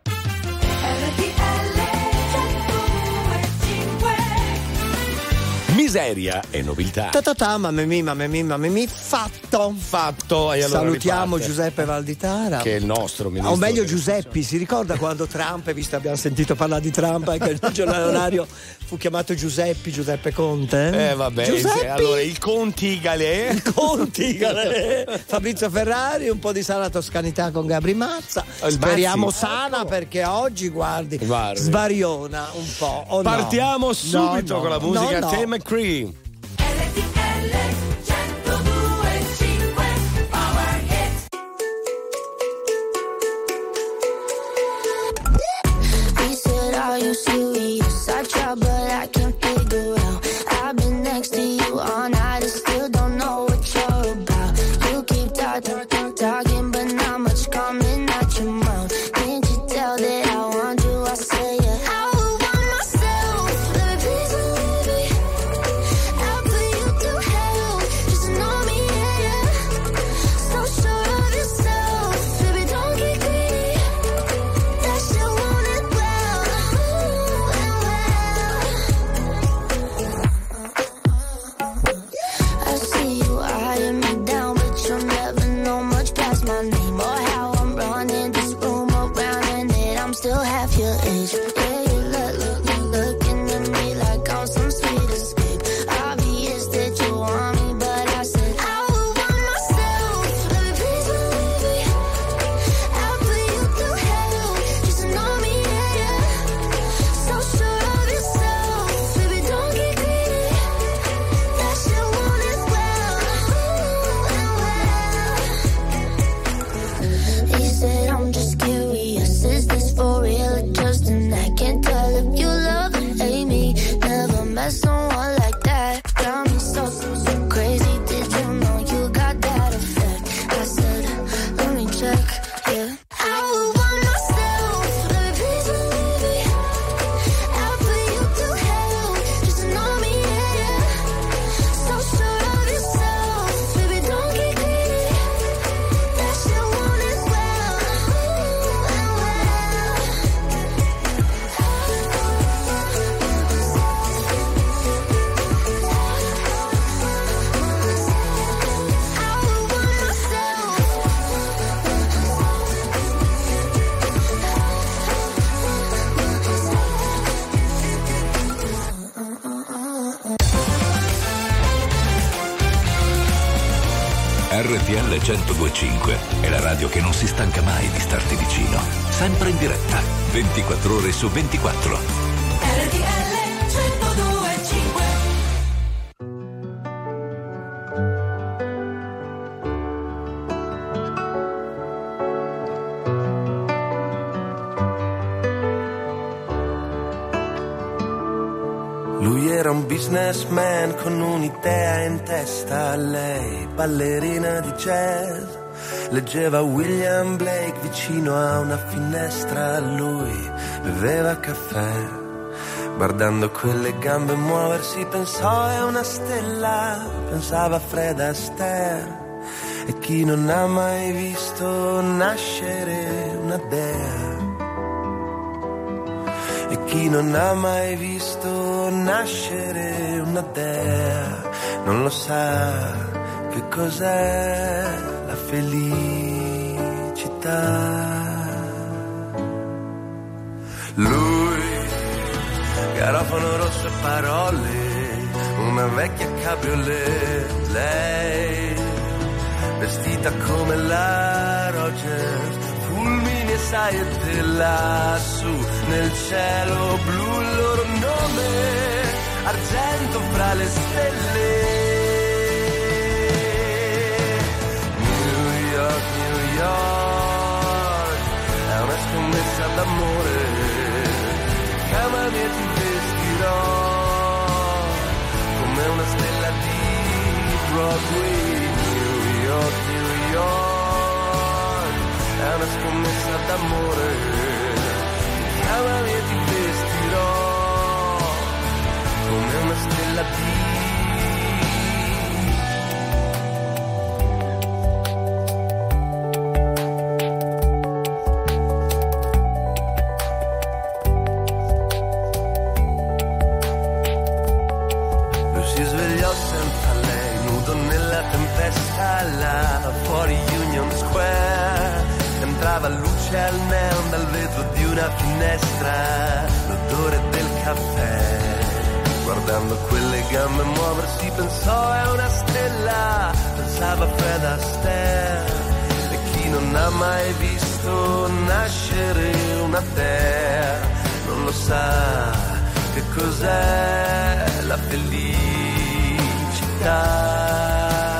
[SPEAKER 1] Miseria e nobiltà.
[SPEAKER 2] Ta-ta-ta, mamma mia, mamma mia, mamma mia, fatto.
[SPEAKER 1] Fatto. E allora
[SPEAKER 2] Salutiamo
[SPEAKER 1] riparte.
[SPEAKER 2] Giuseppe Valditara.
[SPEAKER 1] Che è il nostro ministro.
[SPEAKER 2] O meglio
[SPEAKER 1] del-
[SPEAKER 2] Giuseppi, si ricorda quando Trump, visto abbiamo sentito parlare di Trump, anche il giornale orario fu chiamato Giuseppi, Giuseppe Conte?
[SPEAKER 1] Eh vabbè,
[SPEAKER 2] Giuseppi,
[SPEAKER 1] sì, allora il Contigale.
[SPEAKER 2] il Conti, Fabrizio Ferrari, un po' di sana toscanità con Gabri Mazza.
[SPEAKER 1] Il
[SPEAKER 2] Speriamo
[SPEAKER 1] Mazzi.
[SPEAKER 2] sana perché oggi, guardi,
[SPEAKER 1] Guardi.
[SPEAKER 2] svariona un po'. o no?
[SPEAKER 1] Partiamo subito
[SPEAKER 2] No, no,
[SPEAKER 1] con la musica
[SPEAKER 2] no, no.
[SPEAKER 1] Tim McCree.
[SPEAKER 10] He said, are you serious? I try, but I can't figure out. I've been next to you all night and still don't know what you're about. You keep talking, talking, but not much coming out your mouth. Can't you tell that I want you? I say it. I would want myself. Baby, please believe me. I'll put you through hell. Just to know me, yeah, yeah. So sure of yourself. Baby, don't get greedy. That shit won't end well. I see you eyeing me down, but you'll never know much past my name or how I'm running this room around and that I'm still half your age. Yeah, you look, look, look, looking at me like I'm some sweet escape. Obvious that you want me, but I said I would want myself. Baby, please believe me. I'll put you through hell just to know me, yeah, yeah. So sure of yourself, baby, don't get greedy. That shit won't end well. He said, I'm just curious, is this for real or just an act? Can't tell if you love or hate me. Never met someone like that. Got me so, so, so crazy. Did you know you got that effect? I said, let me check, yeah. I would want myself, baby, please believe me. I'll put you through hell just to know me, yeah, yeah. So sure of yourself, baby, don't get greedy. That shit won't end well. I would want
[SPEAKER 5] R T L centodue e cinque è la radio che non si stanca mai di starti vicino. Sempre in diretta, ventiquattro ore su ventiquattro.
[SPEAKER 6] R T L centodue e cinque.
[SPEAKER 17] Lui era un businessman con un'idea in testa, lei ballerina di jazz. Leggeva William Blake vicino a una finestra, lui beveva caffè. Guardando quelle gambe muoversi pensò è una stella, pensava a Fred Astaire. E chi non ha mai visto nascere una dea? E chi non ha mai visto nascere una dea non lo sa che cos'è la felicità. Lui, garofano rosso e parole, una vecchia cabriolet, lei vestita come la Rogers, fulmini e saette lassù nel cielo blu, il loro nome argento fra le stelle. New York, New York, è una scommessa d'amore, chiamami e ti vestirò come una stella di Broadway, New York, New York, è una scommessa d'amore, chiamami e ti vestirò come una stella di là fuori Union Square, entrava luce al neon dal vetro di una finestra, l'odore del caffè, guardando quelle gambe muoversi pensò è una stella, pensava Fred Astaire, e chi non ha mai visto nascere una terra non lo sa che cos'è la felicità.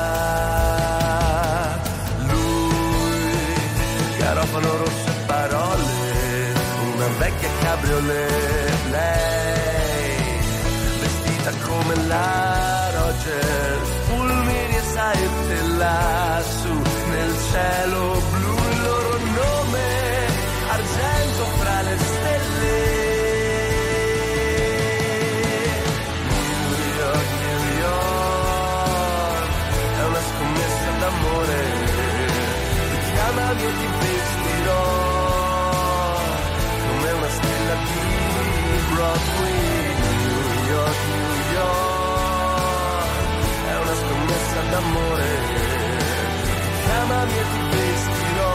[SPEAKER 17] Garofano rosse parole, una vecchia cabriolet, lei vestita come la Rogers, fulmini e saette lassù nel cielo blu, il loro nome argento fra le stelle. New York, New York, è una scommessa d'amore, chiamami e ti vestirò come una stella di Broadway, New York, New York, è una scommessa d'amore, chiamami e ti vestirò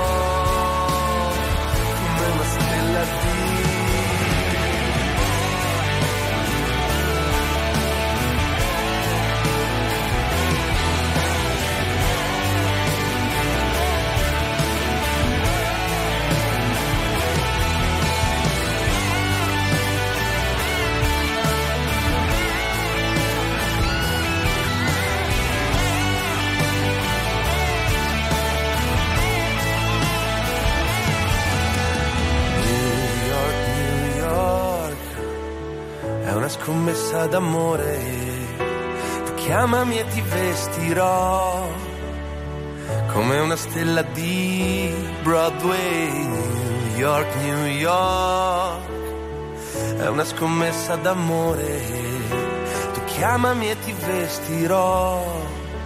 [SPEAKER 17] come una stella di scommessa d'amore, chiamami e ti vestirò come una stella di Broadway, New York, New York, è una scommessa d'amore, tu chiamami e ti vestirò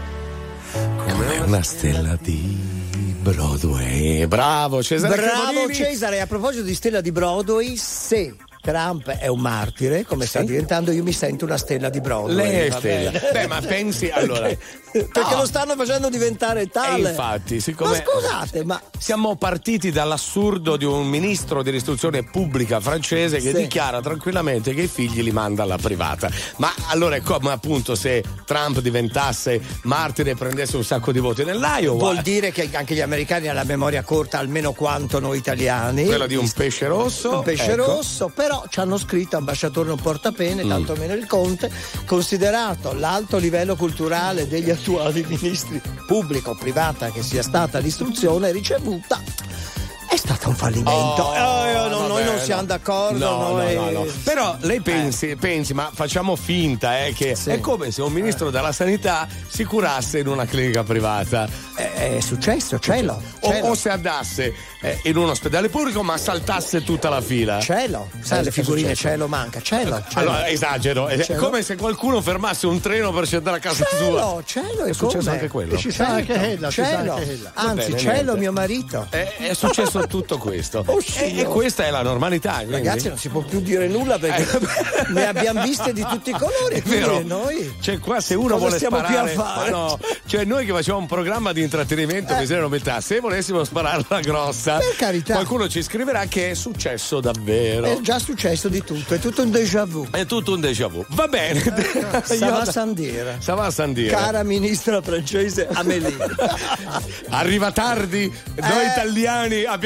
[SPEAKER 1] come una stella di Broadway. Bravo Cesare
[SPEAKER 2] Bravo
[SPEAKER 1] Cremonini.
[SPEAKER 2] Cesare, a proposito di stella di Broadway, se Trump è un martire, come
[SPEAKER 1] sì.
[SPEAKER 2] sta diventando, io mi sento una stella di Broadway.
[SPEAKER 1] Lei è stella. Beh, ma pensi allora.
[SPEAKER 2] Perché, perché
[SPEAKER 1] no.
[SPEAKER 2] lo stanno facendo diventare tale.
[SPEAKER 1] E infatti, siccome.
[SPEAKER 2] Ma scusate, ma.
[SPEAKER 1] Siamo partiti dall'assurdo di un ministro dell'istruzione pubblica francese che
[SPEAKER 2] sì.
[SPEAKER 1] dichiara tranquillamente che i figli li manda alla privata. Ma allora è come appunto se Trump diventasse martire e prendesse un sacco di voti nell'Iowa.
[SPEAKER 2] Vuol dire che anche gli americani hanno la memoria corta almeno quanto noi italiani.
[SPEAKER 1] Quella di un pesce rosso.
[SPEAKER 2] Un pesce
[SPEAKER 1] ecco.
[SPEAKER 2] rosso, però ci hanno scritto ambasciatore non porta pene, mm. tanto meno il Conte, considerato l'alto livello culturale degli attuali ministri pubblica o privata che sia stata l'istruzione ricevuta, è stato un fallimento.
[SPEAKER 1] Oh,
[SPEAKER 2] eh, no,
[SPEAKER 1] vabbè,
[SPEAKER 2] noi non siamo
[SPEAKER 1] no.
[SPEAKER 2] d'accordo.
[SPEAKER 1] No,
[SPEAKER 2] noi...
[SPEAKER 1] no, no, no. Però lei pensi, eh. pensi, ma facciamo finta eh, che sì. è come se un ministro della sanità si curasse in una clinica privata.
[SPEAKER 2] È, è successo, cielo.
[SPEAKER 1] O,
[SPEAKER 2] cielo.
[SPEAKER 1] o se andasse eh, in un ospedale pubblico ma saltasse tutta la fila.
[SPEAKER 2] Cielo, sai, le figurine cielo manca, cielo. cielo.
[SPEAKER 1] Allora esagero, è
[SPEAKER 2] cielo.
[SPEAKER 1] come se qualcuno fermasse un treno per scendere a casa
[SPEAKER 2] cielo,
[SPEAKER 1] sua.
[SPEAKER 2] Cielo,
[SPEAKER 1] è successo
[SPEAKER 2] come?
[SPEAKER 1] anche quello.
[SPEAKER 3] E ci sta anche Ella, ci sta anche Ella.
[SPEAKER 2] Anzi,
[SPEAKER 1] bene,
[SPEAKER 2] cielo
[SPEAKER 1] niente.
[SPEAKER 2] mio marito.
[SPEAKER 1] È, è successo tutto questo.
[SPEAKER 2] Oh,
[SPEAKER 1] e, e questa è la normalità. Quindi.
[SPEAKER 2] Ragazzi, non si può più dire nulla perché ne abbiamo viste di tutti i colori.
[SPEAKER 1] È vero.
[SPEAKER 2] Noi.
[SPEAKER 1] Cioè, qua se uno
[SPEAKER 2] cosa
[SPEAKER 1] vuole
[SPEAKER 2] stiamo
[SPEAKER 1] sparare,
[SPEAKER 2] più a fare?
[SPEAKER 1] No, cioè noi che facciamo un programma di intrattenimento,
[SPEAKER 2] Eh.
[SPEAKER 1] miseria nobiltà, se volessimo spararla grossa,
[SPEAKER 2] per carità,
[SPEAKER 1] qualcuno ci scriverà che è successo davvero.
[SPEAKER 2] È già successo di tutto, è tutto un déjà vu.
[SPEAKER 1] È tutto un déjà vu. Va bene.
[SPEAKER 2] Ça va sans dire.
[SPEAKER 1] Ça va sans dire.
[SPEAKER 2] Cara ministra francese Amélie.
[SPEAKER 1] Arriva tardi, noi
[SPEAKER 2] Eh.
[SPEAKER 1] italiani abbiamo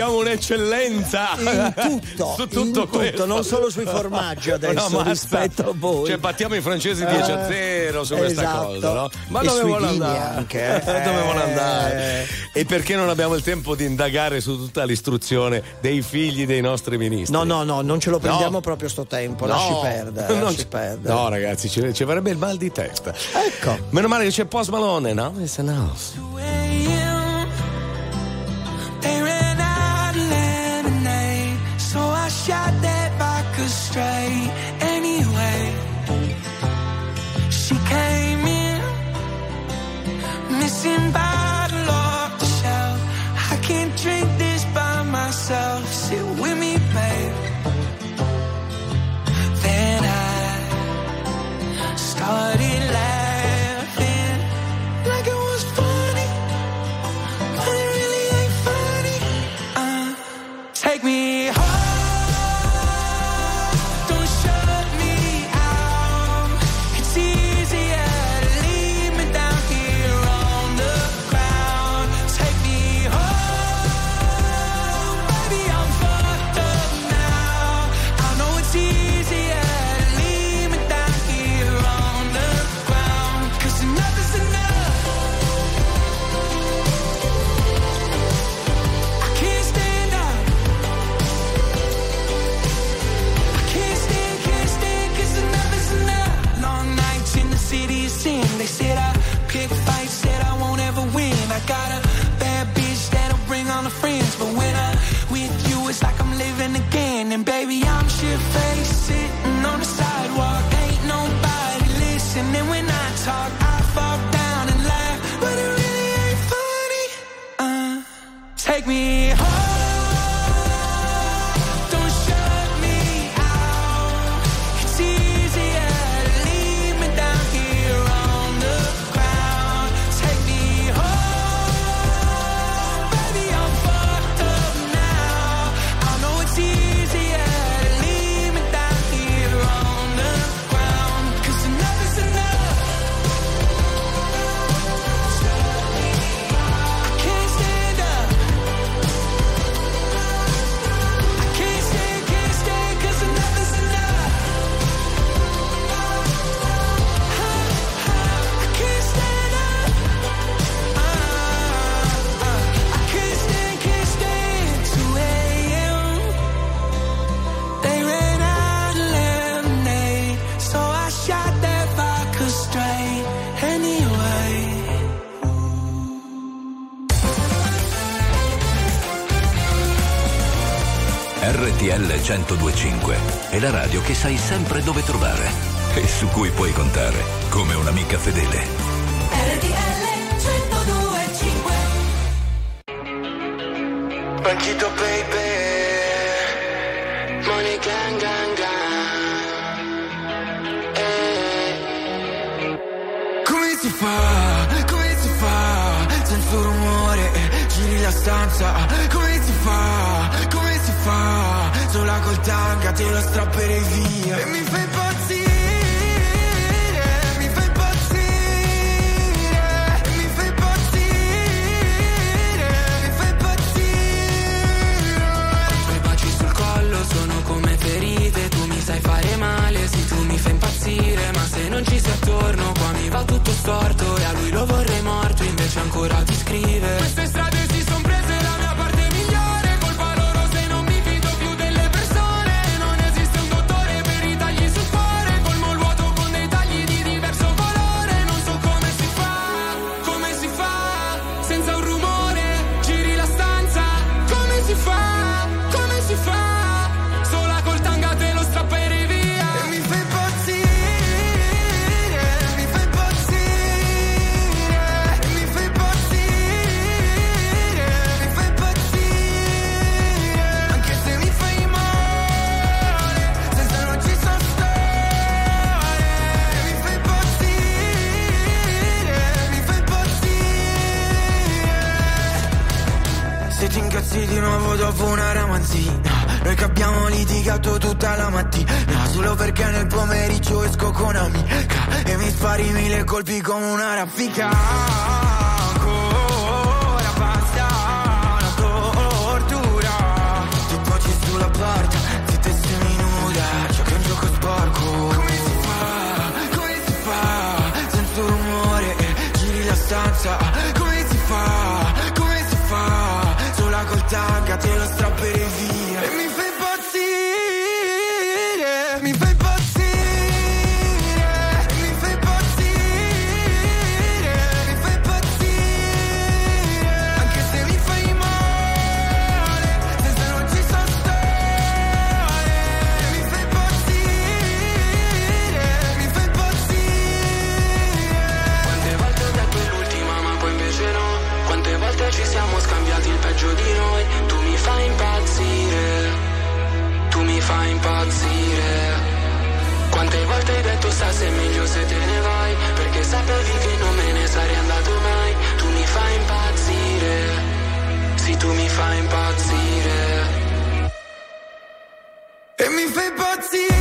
[SPEAKER 1] abbiamo un'eccellenza
[SPEAKER 2] in tutto,
[SPEAKER 1] su tutto
[SPEAKER 2] in tutto,
[SPEAKER 1] questo.
[SPEAKER 2] non solo sui formaggi adesso
[SPEAKER 1] no,
[SPEAKER 2] rispetto a voi.
[SPEAKER 1] Cioè battiamo i francesi dieci a zero su questa
[SPEAKER 2] esatto.
[SPEAKER 1] cosa, no? Ma
[SPEAKER 2] e
[SPEAKER 1] dove
[SPEAKER 2] sui
[SPEAKER 1] vuole
[SPEAKER 2] vini
[SPEAKER 1] andare?
[SPEAKER 2] Anche, eh.
[SPEAKER 1] Dove vuole andare? E perché non abbiamo il tempo di indagare su tutta l'istruzione dei figli dei nostri ministri?
[SPEAKER 2] No, no, no, non ce lo prendiamo
[SPEAKER 1] No.
[SPEAKER 2] proprio sto tempo,
[SPEAKER 1] No.
[SPEAKER 2] lasci perdere,
[SPEAKER 1] Non
[SPEAKER 2] lasci
[SPEAKER 1] ci-
[SPEAKER 2] perdere.
[SPEAKER 1] No, ragazzi, ci, ci verrebbe il mal di testa.
[SPEAKER 2] Ecco.
[SPEAKER 1] Meno male che c'è Post Malone, no? It's an house.
[SPEAKER 15] They ran out of lemonade, so I shot that vodka straight. Anyway, she came in, missing bottle off the shelf. I can't drink this by myself. Sit with me, babe. Then I started laughing like it was funny, but it really ain't funny. Uh, take me home. Don't shut me out. It's easier to leave me down here on the ground. Take me home, baby, I'm fucked up now. I know it's easier to leave me down here on the ground. 'Cause enough is enough. I can't stand up. I can't stand, can't stand, 'cause enough is enough. Long nights in the city of sin. They said I pick fights, said I won't ever win. I got a bad bitch that'll bring all the friends. But when I'm with you, it's like I'm living again. And baby, I'm shit-faced, sitting on the sidewalk. Ain't nobody listening when I talk. I fall down and laugh, but it really ain't funny. Uh, take me home. Don't shut me out. It's easier to leave me down here on the ground. Take me home, baby, I'm fucked up now. I know it's easier to leave me down here on the ground. 'Cause enough is enough. I can't stand up. I can't stand, can't stand, 'cause enough is enough. I can't stand up. Uh, uh, I can't stand, can't stand. two a.m. They ran out of lemonade, so I shot that vodka straight. Anyway.
[SPEAKER 5] R T L centodue e cinque è la radio che sai sempre dove trovare e su cui puoi contare come un'amica fedele.
[SPEAKER 6] R T L centodue e cinque.
[SPEAKER 17] Banchito baby, money gang gang gang. Eh. Come si fa, come si fa, senza rumore, giri la stanza. Come si fa, come si fa, sola col tanga te lo strapperei via. E mi fai impazzire, mi fai impazzire, mi fai impazzire, mi fai impazzire. I baci sul collo sono come ferite, tu mi sai fare male, sì tu mi fai impazzire, ma se non ci sei attorno qua mi va tutto storto e a lui lo vorrei morto, invece ancora ti scrive. Queste strade si son prese la mia parte migliore, colpa loro se non mi fido più delle persone, non esiste un dottore per i tagli sul cuore, colmo il vuoto con dei tagli di diverso colore, non so come si fa, come si fa, senza un rumore, giri la stanza, come si fa, come si fa, sola col tanga te lo strapperei via. E mi fai impazzire, mi fai impazzire, mi fai impazzire, mi fai impazzire, anche se mi fai male, senza non ci so stare, mi fai impazzire, mi fai impazzire. Se ti incazzi di nuovo dopo una ramanzina, noi che abbiamo litigato tutta la mattina, solo perché nel pomeriggio esco con amica e mi spari mille colpi come una raffica. Ancora basta una tortura,
[SPEAKER 4] mica te lo strapperei via. E mi fai impazzire, mi fai impazzire, mi fai impazzire, mi fai impazzire, anche se mi fai male, senza non ci so stare. Mi fai impazzire, mi fai impazzire.
[SPEAKER 18] Quante volte ho detto l'ultima ma poi invece no. Quante volte ci siamo scambiati il peggio di noi. Tu mi fai impazzire, tu mi fai impazzire. Quante volte hai detto sta se è meglio se te ne vai, perché sapevi che non me ne sarei andato mai. Tu mi fai impazzire, sì tu mi fai impazzire.
[SPEAKER 4] E mi fai impazzire.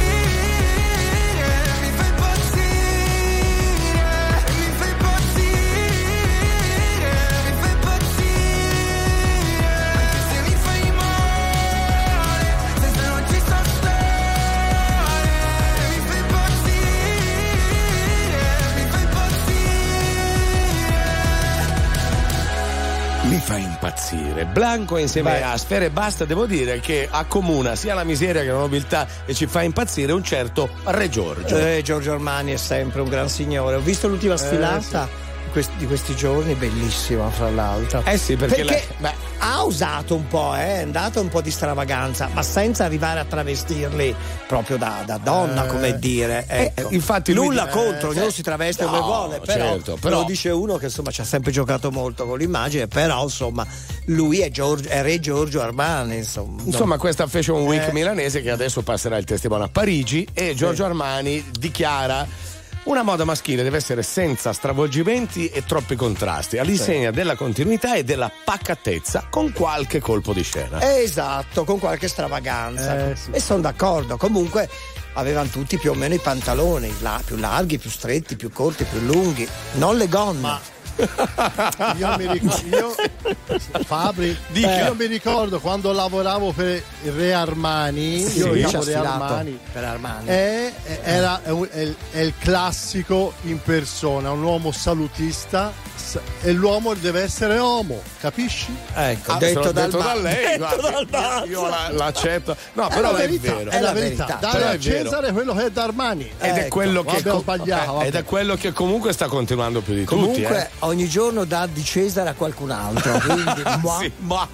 [SPEAKER 1] Mi fa impazzire. Blanco insieme
[SPEAKER 2] Beh.
[SPEAKER 1] a Sfera Ebbasta, devo dire che accomuna sia la miseria che la nobiltà e ci fa impazzire un certo Re Giorgio.
[SPEAKER 2] Eh, Giorgio Armani è sempre un gran signore. Ho visto l'ultima sfilata
[SPEAKER 1] sì.
[SPEAKER 2] di questi- di questi giorni, bellissima fra l'altro.
[SPEAKER 1] Eh sì, perché,
[SPEAKER 2] Perché
[SPEAKER 1] la- beh,
[SPEAKER 2] ha usato un po', eh, è andato un po' di stravaganza, ma senza arrivare a travestirli proprio da, da donna,
[SPEAKER 1] Eh.
[SPEAKER 2] come dire. Ecco.
[SPEAKER 1] Eh, infatti lui-
[SPEAKER 2] nulla
[SPEAKER 1] eh,
[SPEAKER 2] contro, ognuno
[SPEAKER 1] eh,
[SPEAKER 2] si traveste
[SPEAKER 1] no,
[SPEAKER 2] come vuole, però,
[SPEAKER 1] certo, però-
[SPEAKER 2] lo dice uno che insomma ci ha sempre giocato molto con l'immagine, però insomma lui è, Giorgio, è Re Giorgio Armani, insomma.
[SPEAKER 1] Insomma, questa Fashion Week
[SPEAKER 2] Eh.
[SPEAKER 1] milanese che adesso passerà il testimone a Parigi e Giorgio Armani dichiara: una moda maschile deve essere senza stravolgimenti e troppi contrasti, all'insegna della continuità e della pacatezza, con qualche colpo di scena.
[SPEAKER 2] Esatto, con qualche stravaganza.
[SPEAKER 1] Eh, sì.
[SPEAKER 2] E sono d'accordo. Comunque avevano tutti più o meno i pantaloni, la- più larghi, più stretti, più corti, più lunghi, non le gonne.
[SPEAKER 3] Io mi ricordo, io, Fabri,
[SPEAKER 2] Dica.
[SPEAKER 3] io mi ricordo quando lavoravo per il Re Armani,
[SPEAKER 2] Sì,
[SPEAKER 3] io
[SPEAKER 2] lui
[SPEAKER 3] lo
[SPEAKER 2] ci ha
[SPEAKER 3] chiamo Re
[SPEAKER 2] sfilato
[SPEAKER 3] Armani,
[SPEAKER 2] per Armani.
[SPEAKER 3] È, era, è, un- è il- è il classico in persona, un uomo salutista s- e l'uomo deve essere uomo, capisci?
[SPEAKER 2] Ecco,
[SPEAKER 1] Ah,
[SPEAKER 2] detto,
[SPEAKER 1] sono
[SPEAKER 2] dal,
[SPEAKER 1] detto
[SPEAKER 2] ba-
[SPEAKER 1] da lei,
[SPEAKER 2] detto
[SPEAKER 1] guarda,
[SPEAKER 2] dal basso.
[SPEAKER 1] io la- l'accetto. No,
[SPEAKER 3] È
[SPEAKER 1] però
[SPEAKER 3] la
[SPEAKER 1] è,
[SPEAKER 3] verità,
[SPEAKER 1] vero.
[SPEAKER 3] è la
[SPEAKER 2] la
[SPEAKER 3] verità.
[SPEAKER 2] verità.
[SPEAKER 3] Dare
[SPEAKER 1] Però
[SPEAKER 3] a
[SPEAKER 1] è vero.
[SPEAKER 3] Cesare quello che è da Armani.
[SPEAKER 1] Ed è
[SPEAKER 2] Ecco,
[SPEAKER 1] quello che
[SPEAKER 3] abbiamo
[SPEAKER 1] co-
[SPEAKER 3] sbagliato, vabbè.
[SPEAKER 1] ed è quello che comunque sta continuando più di tutti.
[SPEAKER 2] Comunque
[SPEAKER 1] eh.
[SPEAKER 2] ogni giorno dà di Cesare a qualcun altro. Quindi, mua.
[SPEAKER 1] Sì, ma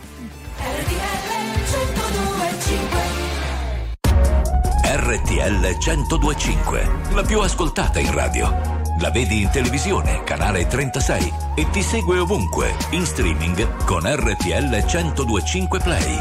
[SPEAKER 5] R T L centodue e cinque, la più ascoltata in radio. La vedi in televisione, canale trentasei e ti segue ovunque, in streaming con R T L centodue e cinque Play.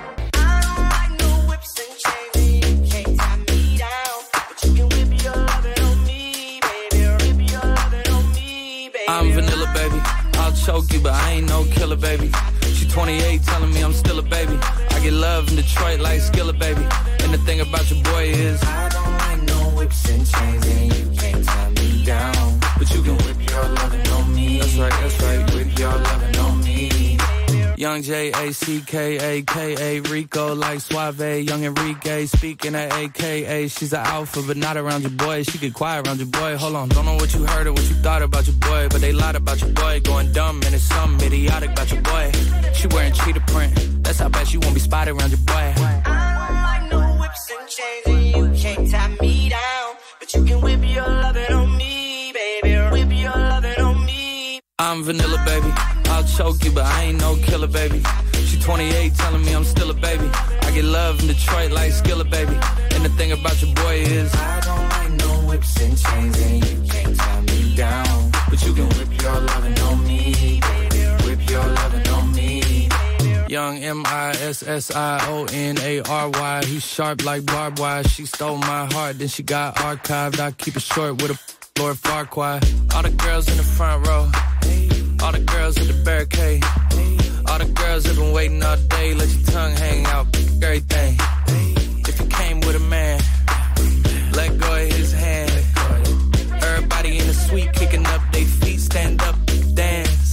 [SPEAKER 19] I'm vanilla, baby. I'll choke you, but I ain't no killer, baby. She twenty-eight, telling me I'm still a baby. I get love in Detroit like Skillet, baby. And the thing about your boy is I don't like no whips and chains, and you can't tie me down. But you can whip your lovin' on me. That's right, that's right. Whip your lovin' on me. Young J A C K A K A Rico like Suave, young Enrique speaking at A K A. She's an alpha, but not around your boy. She get quiet around your boy. Hold on, don't know what you heard or what you thought about your boy, but they lied about your boy. Going dumb and it's something idiotic about your boy. She wearing cheetah print. That's how bad she won't be spotted around your boy.
[SPEAKER 15] I don't like no whips and chains, and you can't tie me down. But you can whip your lovin' on me, baby. Whip your lovin' on me.
[SPEAKER 19] I'm vanilla, baby. I'll choke you, but I ain't no killer, baby. She twenty-eight, telling me I'm still a baby. I get love in Detroit like Skillet, baby. And the thing about your boy is I don't like no whips and chains, and you can't tie me down. But you can whip your lovin' on me, baby. Whip your lovin' on me. Young M I S S I O N A R Y. He's sharp like barbed wire. She stole my heart, then she got archived. I keep it short with a Lord Farquaad. All the girls in the front row. All the girls at the barricade. All the girls have been waiting all day. Let your tongue hang out, everything. If you came with a man, let go of his hand. Everybody in the suite kicking up their feet, stand up, dance.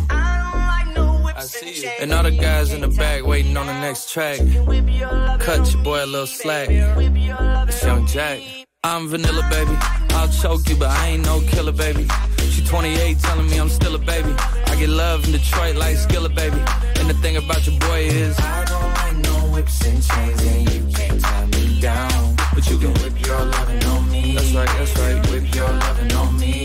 [SPEAKER 19] I see you. And all the guys in the back waiting on the next track. Cut your boy a little slack. It's Young Jack. I'm vanilla, baby. I'll choke you, but I ain't no killer, baby. She She twenty-eight telling me I'm still a baby. I get love in Detroit like Skillet, baby. And the thing about your boy is I don't like no whips and chains, and you can't tie me down. But you can whip your lovin' on me. That's right, that's right. Whip your lovin' on me.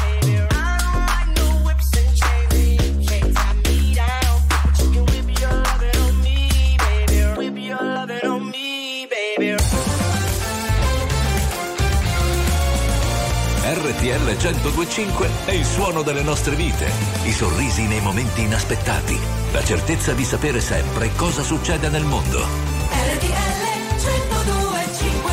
[SPEAKER 5] R T L centodue e cinque è il suono delle nostre vite, i sorrisi nei momenti inaspettati, la certezza di sapere sempre cosa succede nel mondo.
[SPEAKER 6] R T L centodue e cinque.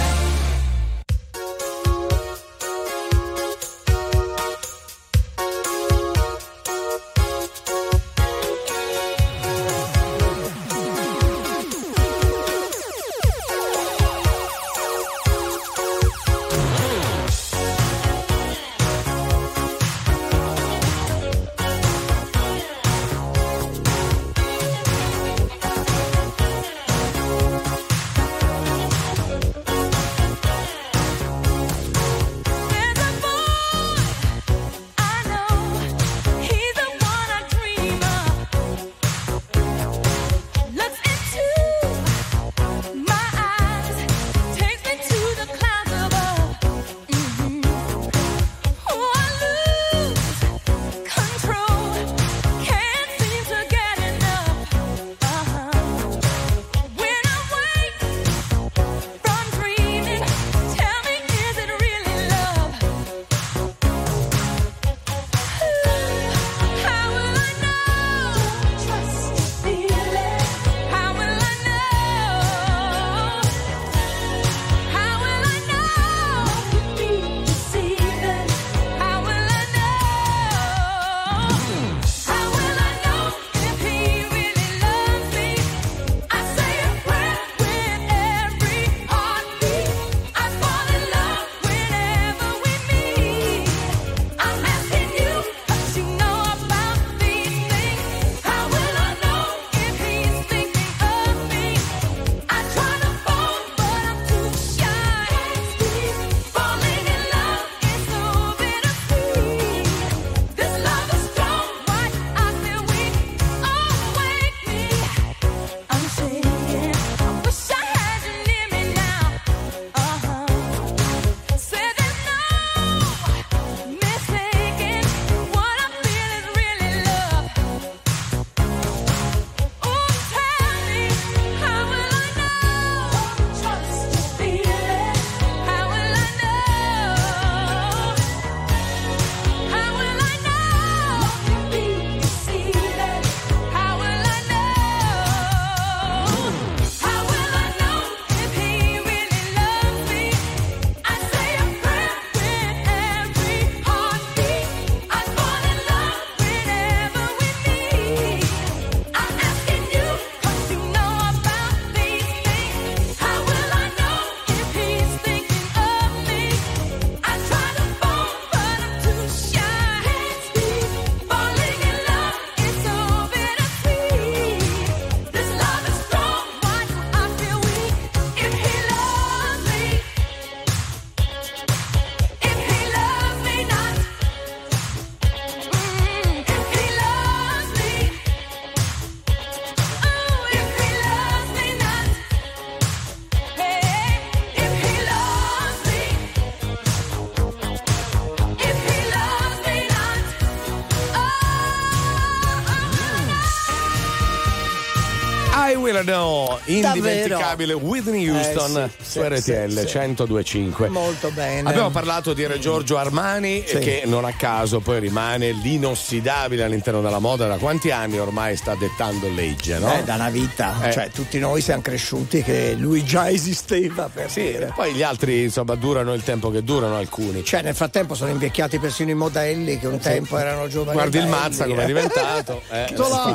[SPEAKER 1] No, indimenticabile Whitney Houston
[SPEAKER 2] eh, sì,
[SPEAKER 1] su R T L
[SPEAKER 2] sì, sì.
[SPEAKER 1] centodue e cinque.
[SPEAKER 2] Molto bene.
[SPEAKER 1] Abbiamo parlato di Re Giorgio Armani, sì, che non a caso poi rimane l'inossidabile all'interno della moda. Da quanti anni ormai sta dettando legge, no?
[SPEAKER 2] Eh, da una vita,
[SPEAKER 1] eh.
[SPEAKER 2] cioè tutti noi siamo cresciuti che lui già esisteva, per
[SPEAKER 1] sì,
[SPEAKER 2] dire.
[SPEAKER 1] Poi gli altri insomma durano il tempo che durano alcuni.
[SPEAKER 2] Cioè nel frattempo sono invecchiati persino i modelli che un sì. tempo erano giovani.
[SPEAKER 1] Guardi
[SPEAKER 2] belli,
[SPEAKER 1] il Mazza
[SPEAKER 2] eh.
[SPEAKER 1] come è diventato. Eh,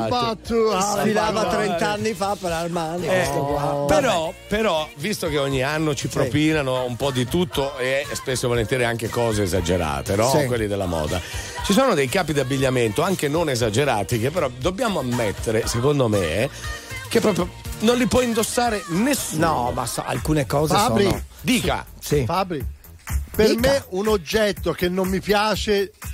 [SPEAKER 2] sfilava trenta anni fa per Armani.
[SPEAKER 1] Eh, oh. però, però, visto che ogni anno ci propinano sì. un po' di tutto e spesso e volentieri anche cose esagerate, no? Sì. Quelli della moda. Ci sono dei capi d'abbigliamento anche non esagerati che però dobbiamo ammettere, secondo me, che proprio non li può indossare nessuno.
[SPEAKER 2] No, ma so, alcune cose
[SPEAKER 3] Fabri,
[SPEAKER 2] sono.
[SPEAKER 1] Dica.
[SPEAKER 2] Sì.
[SPEAKER 3] Fabri. Per
[SPEAKER 2] Dica.
[SPEAKER 3] me un oggetto che non mi piace è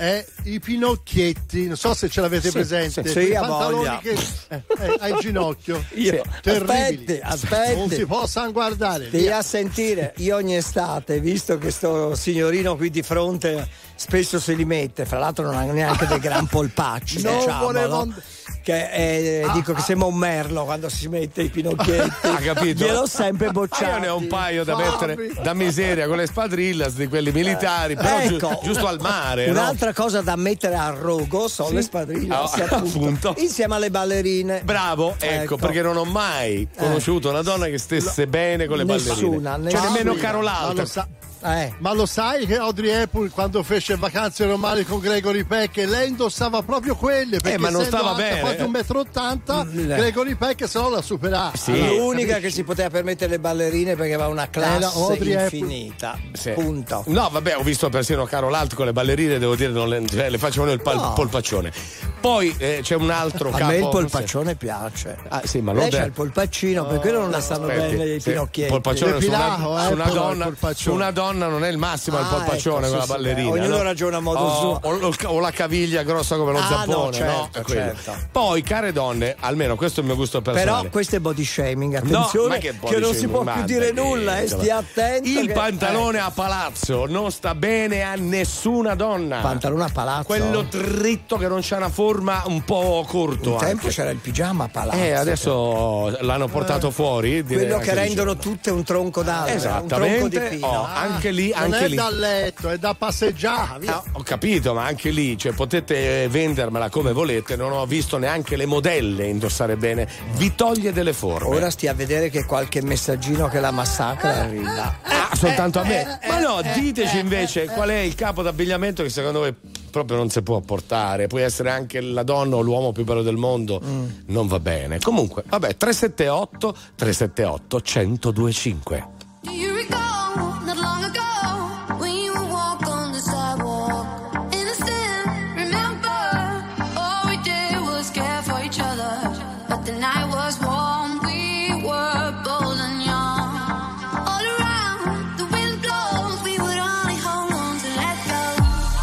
[SPEAKER 3] i pinocchietti, non so se ce l'avete
[SPEAKER 2] Sì,
[SPEAKER 3] presente,
[SPEAKER 2] sì,
[SPEAKER 3] quei
[SPEAKER 2] sì, ha
[SPEAKER 3] pantaloni
[SPEAKER 2] voglia.
[SPEAKER 3] che eh, eh, hai il ginocchio.
[SPEAKER 2] Io,
[SPEAKER 3] terribili.
[SPEAKER 2] aspetti, aspetti.
[SPEAKER 3] Non si possano guardare.
[SPEAKER 2] Devi a sentire, io ogni estate, visto che sto signorino qui di fronte spesso se li mette, fra l'altro non ha neanche dei gran polpacci,
[SPEAKER 3] Non
[SPEAKER 2] diciamo,
[SPEAKER 3] volevo-
[SPEAKER 2] no? Che è,
[SPEAKER 3] Ah,
[SPEAKER 2] dico che
[SPEAKER 3] ah.
[SPEAKER 2] sembra un merlo quando si mette i pinocchietti.
[SPEAKER 1] Ha capito?
[SPEAKER 2] Gliel'ho sempre bocciato.
[SPEAKER 1] Io ne ho un paio da
[SPEAKER 2] Fabi.
[SPEAKER 1] mettere da miseria con le spadrillas di quelli militari, però giu-
[SPEAKER 2] Ecco,
[SPEAKER 1] giusto al mare. no?
[SPEAKER 2] Un'altra cosa da mettere al rogo sono
[SPEAKER 1] Sì.
[SPEAKER 2] le spadrillas,
[SPEAKER 1] Ah,
[SPEAKER 2] appunto.
[SPEAKER 1] appunto.
[SPEAKER 2] Insieme alle ballerine.
[SPEAKER 1] Bravo, ecco,
[SPEAKER 2] Ecco.
[SPEAKER 1] perché non ho mai conosciuto una donna che stesse bene con le
[SPEAKER 2] Nessuna,
[SPEAKER 1] ballerine.
[SPEAKER 2] nessuna.
[SPEAKER 1] Cioè nemmeno
[SPEAKER 3] Ma
[SPEAKER 1] Carolalta.
[SPEAKER 3] lo, sa-
[SPEAKER 2] Eh.
[SPEAKER 3] ma lo sai che Audrey Hepburn quando fece Vacanze Romane con Gregory Peck lei indossava proprio quelle perché
[SPEAKER 1] Eh, ma non
[SPEAKER 3] essendo
[SPEAKER 1] stava
[SPEAKER 3] alta,
[SPEAKER 1] bene.
[SPEAKER 3] quasi un metro e ottanta
[SPEAKER 2] Mm.
[SPEAKER 3] Gregory Peck se no la superava.
[SPEAKER 1] Sì.
[SPEAKER 2] L'unica che si poteva permettere le ballerine perché aveva una classe
[SPEAKER 3] Era Audrey Hepburn.
[SPEAKER 2] infinita.
[SPEAKER 1] Sì.
[SPEAKER 2] Punto.
[SPEAKER 1] No, vabbè, ho visto persino Carolalt con le ballerine, devo dire, non le, cioè, le facevano il pal-
[SPEAKER 2] No.
[SPEAKER 1] polpaccione. Poi eh, c'è un altro
[SPEAKER 2] A
[SPEAKER 1] capo.
[SPEAKER 2] me il polpaccione piace.
[SPEAKER 1] Ah, sì, ma non
[SPEAKER 2] Lei
[SPEAKER 1] de-
[SPEAKER 2] c'ha il polpaccino, per quello non le stanno
[SPEAKER 1] Aspetti,
[SPEAKER 2] bene i
[SPEAKER 1] sì,
[SPEAKER 2] pinocchietti.
[SPEAKER 1] polpaccione su una,
[SPEAKER 3] Depilato, eh,
[SPEAKER 1] su una
[SPEAKER 3] però, il
[SPEAKER 1] donna,
[SPEAKER 3] polpaccione.
[SPEAKER 1] su una donna non è il massimo il
[SPEAKER 2] Ah,
[SPEAKER 1] polpaccione
[SPEAKER 2] ecco,
[SPEAKER 1] con
[SPEAKER 2] sì,
[SPEAKER 1] la
[SPEAKER 2] sì,
[SPEAKER 1] ballerina.
[SPEAKER 2] beh, ognuno
[SPEAKER 1] no?
[SPEAKER 2] ragiona a modo
[SPEAKER 1] o,
[SPEAKER 2] suo.
[SPEAKER 1] O, o- o la caviglia grossa come lo
[SPEAKER 2] Ah,
[SPEAKER 1] zappone,
[SPEAKER 2] no, certo,
[SPEAKER 1] no? È quello.
[SPEAKER 2] certo.
[SPEAKER 1] Poi, care donne, almeno questo è il mio gusto personale.
[SPEAKER 2] Però questo è body shaming,
[SPEAKER 1] No,
[SPEAKER 2] attenzione,
[SPEAKER 1] ma che
[SPEAKER 2] che,
[SPEAKER 1] body
[SPEAKER 2] non si
[SPEAKER 1] shaming,
[SPEAKER 2] può
[SPEAKER 1] ma
[SPEAKER 2] più dire
[SPEAKER 1] dai,
[SPEAKER 2] nulla, eh,
[SPEAKER 1] insomma.
[SPEAKER 2] stia attento.
[SPEAKER 1] Il
[SPEAKER 2] che-
[SPEAKER 1] pantalone
[SPEAKER 2] eh.
[SPEAKER 1] a palazzo non sta bene a nessuna donna.
[SPEAKER 2] Pantalone a palazzo.
[SPEAKER 1] Quello dritto che non c'ha una forma un po' corto.
[SPEAKER 2] Un tempo
[SPEAKER 1] anche.
[SPEAKER 2] c'era il pigiama a palazzo.
[SPEAKER 1] Eh, adesso l'hanno portato fuori. direi
[SPEAKER 2] quello
[SPEAKER 1] anche
[SPEAKER 2] che
[SPEAKER 1] di
[SPEAKER 2] rendono tutte un tronco d'albero, un tronco di
[SPEAKER 1] Esattamente.
[SPEAKER 2] pino.
[SPEAKER 1] Oh, anche lì,
[SPEAKER 3] Non
[SPEAKER 1] anche
[SPEAKER 3] è
[SPEAKER 1] lì.
[SPEAKER 3] da letto, è da passeggiare. via.
[SPEAKER 1] Ah, ho capito, ma anche lì, cioè, potete vendermela come volete, non ho visto neanche le modelle indossare bene, vi toglie delle forme.
[SPEAKER 2] Ora stia a vedere che qualche messaggino che la massacra arriva.
[SPEAKER 1] Ah, soltanto a me. Ma no, diteci invece qual è il capo d'abbigliamento che secondo voi proprio non si può portare. Puoi essere anche la donna o l'uomo più bello del mondo, non va bene. Comunque, vabbè, tre sette otto tre sette otto uno zero due cinque.
[SPEAKER 10] Do you recall not long ago when you would walk on the sidewalk? Innocent, remember, all we did was care for each other. But the night was warm, we were bold and young. All around, the wind blows, we would only hold on to let go.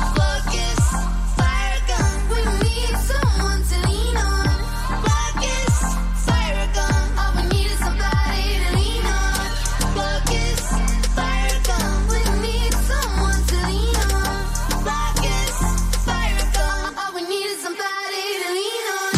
[SPEAKER 10] Focus, fire gun, we need someone to lean on. Focus, fire gun, all we need is somebody to lean on. Focus, fire gun, we need someone to lean on. Focus, fire gun, all we need is somebody to lean on.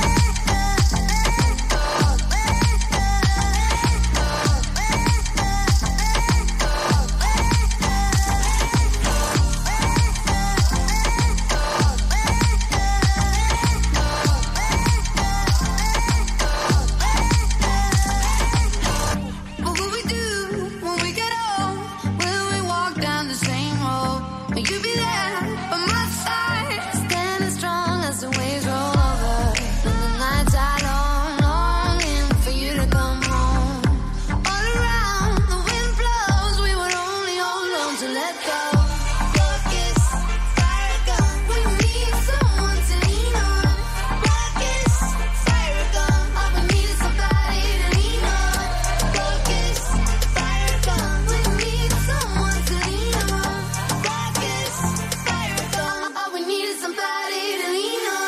[SPEAKER 10] What will we do when we get old? Will we walk down the same road? Will you be there by my side, standing strong as the waves roll over? And the nights are long, longing for you to come home. All around, the wind blows, we would only hold on to let go. Focus, fire gun, we need someone to lean on. Focus, fire gun, all we need is somebody to lean on. Focus, fire gun, we need someone to lean on. Focus, fire gun, all we need is somebody to lean on.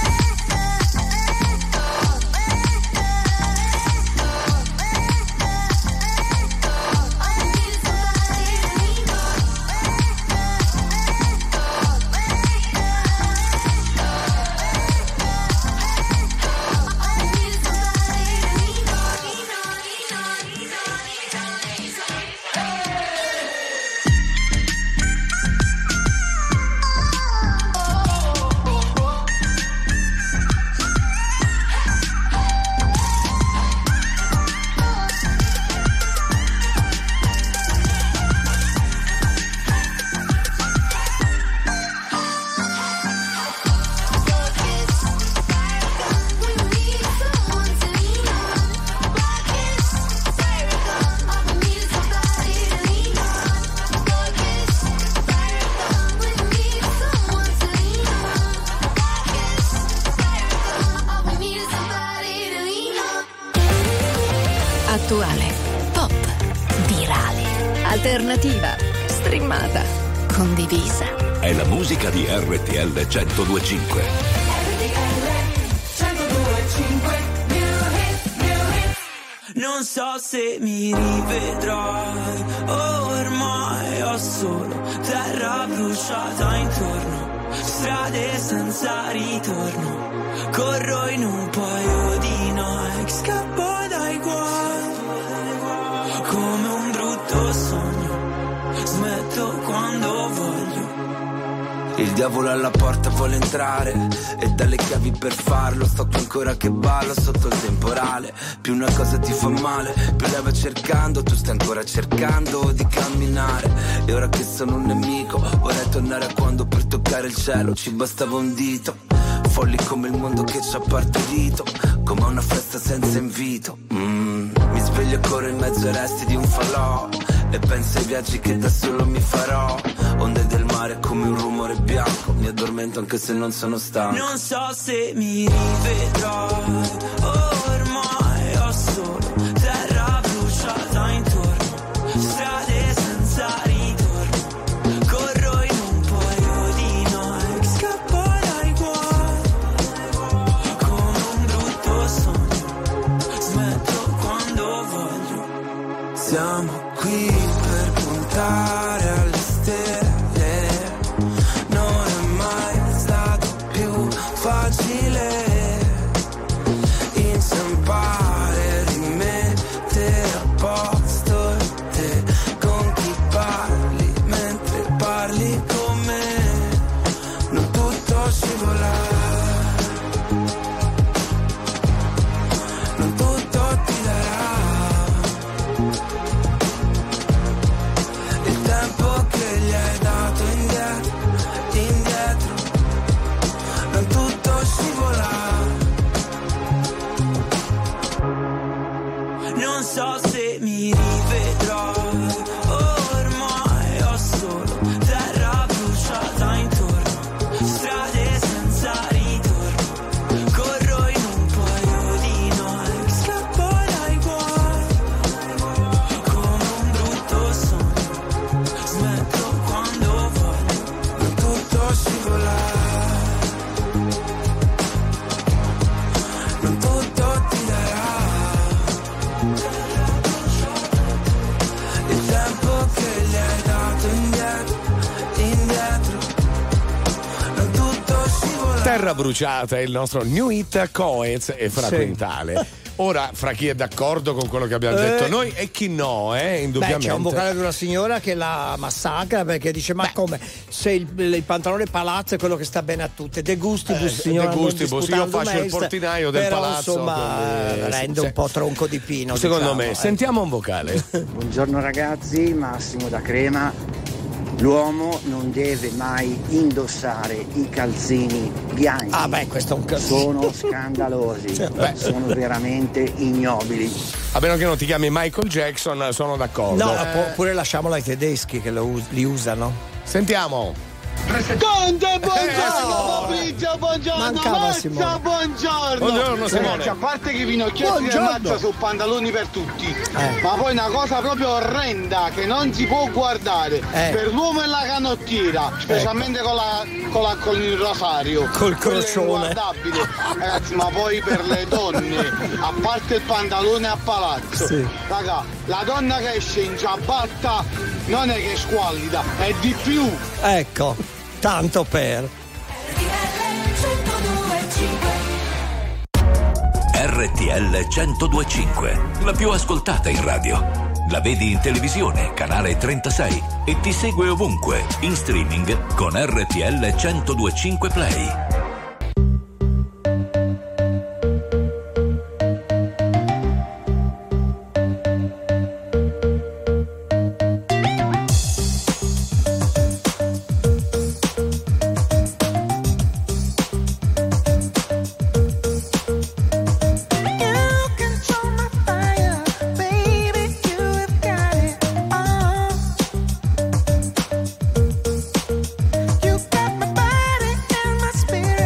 [SPEAKER 13] Attuale, pop, virale, alternativa, streamata, condivisa.
[SPEAKER 5] è la musica di R T L centodue e cinque.
[SPEAKER 15] Non so se mi rivedrai, ormai ho solo terra bruciata intorno, strade senza ritorno, corro in un paio di Nike, scappo dai guai, come un brutto sogno, smetto quando voglio.
[SPEAKER 17] Il diavolo alla porta vuole entrare e dalle chiavi per farlo. Sto qui ancora che ballo sotto il temporale. Più una cosa ti fa male, più la vai cercando. Tu stai ancora cercando di camminare. E ora che sono un nemico vorrei tornare a quando per toccare il cielo ci bastava un dito. Folli come il mondo che ci ha partorito, come una festa senza invito. mm. Mi sveglio e corro in mezzo ai resti di un falò e penso ai viaggi che da solo mi farò. Onde del mare come un rumore bianco, mi addormento anche se non sono stanco.
[SPEAKER 15] Non so se mi rivedrai, ormai ho solo terra bruciata intorno, strade senza ritorno, corro in un paio di Nike, scappo dai guai, come un brutto sogno, smetto quando voglio.
[SPEAKER 17] Siamo qui per puntare alle stelle, non è mai stato più facile inciampare, rimettere a posto te con chi parli mentre parli con me. Non tutto scivola, non tutto ti darà il tempo che gli hai dato indietro, indietro, non tutto scivola.
[SPEAKER 15] Non so se mi rivedrai, ormai ho solo terra bruciata intorno, strade senza ritorno, corro in un paio di Nike, scappo dai guai, come un brutto sogno, smetto quando voglio.
[SPEAKER 17] Non tutto scivola, non tutto ti darà il tempo che gli hai dato indietro, indietro, non tutto scivola.
[SPEAKER 1] Terra bruciata è il nostro new hit Coez e Frequentale. Ora, fra chi è d'accordo con quello che abbiamo
[SPEAKER 2] Eh.
[SPEAKER 1] detto noi e chi no, eh,
[SPEAKER 2] Beh,
[SPEAKER 1] indubbiamente.
[SPEAKER 2] c'è un vocale di una signora che la massacra perché dice: ma come se il, il pantalone palazzo è quello che sta bene a tutte, de gustibus,
[SPEAKER 1] Eh,
[SPEAKER 2] signora,
[SPEAKER 1] de
[SPEAKER 2] non
[SPEAKER 1] gustibus, io
[SPEAKER 2] disputandum
[SPEAKER 1] faccio il
[SPEAKER 2] est,
[SPEAKER 1] portinaio del
[SPEAKER 2] però,
[SPEAKER 1] palazzo,
[SPEAKER 2] insomma,
[SPEAKER 1] quindi,
[SPEAKER 2] rende
[SPEAKER 1] sì,
[SPEAKER 2] un po' tronco di pino,
[SPEAKER 1] Secondo
[SPEAKER 2] diciamo,
[SPEAKER 1] me,
[SPEAKER 2] eh.
[SPEAKER 1] sentiamo un vocale.
[SPEAKER 20] Buongiorno ragazzi, Massimo da Crema. L'uomo non deve mai indossare i calzini bianchi.
[SPEAKER 2] Ah beh, questo è un caso.
[SPEAKER 20] Sono scandalosi,
[SPEAKER 1] Cioè, beh.
[SPEAKER 20] sono veramente ignobili.
[SPEAKER 1] A meno che non ti chiami Michael Jackson, sono d'accordo.
[SPEAKER 2] No,
[SPEAKER 1] Eh,
[SPEAKER 2] oppure lasciamolo ai tedeschi che lo us- li usano.
[SPEAKER 1] Sentiamo.
[SPEAKER 21] Conte, buongiorno
[SPEAKER 2] Eh,
[SPEAKER 21] Fabrizio, buongiorno
[SPEAKER 2] mancava
[SPEAKER 21] Mazza,
[SPEAKER 2] Simone.
[SPEAKER 21] buongiorno.
[SPEAKER 1] Buongiorno, Simone.
[SPEAKER 21] Ragazzi, a parte che i vinocchietti del
[SPEAKER 2] Buongiorno.
[SPEAKER 21] Mazza sono pantaloni per tutti,
[SPEAKER 2] Eh.
[SPEAKER 21] ma poi una cosa proprio orrenda che non si può guardare
[SPEAKER 2] Eh.
[SPEAKER 21] per l'uomo e la canottiera, specialmente con, la, con, la, con il rosario.
[SPEAKER 2] Col
[SPEAKER 21] Quello è
[SPEAKER 2] crocione.
[SPEAKER 21] inguardabile. Ragazzi, ma poi per le donne, a parte il pantalone a palazzo,
[SPEAKER 2] Sì.
[SPEAKER 21] raga, la donna che esce in ciabatta non è che è squallida, è di più.
[SPEAKER 2] Ecco, tanto per.
[SPEAKER 5] R T L centodue e cinque, la più ascoltata in radio. La vedi in televisione, canale trentasei e ti segue ovunque, in streaming con R T L centodue e cinque Play.
[SPEAKER 15] You got my body and my spirit.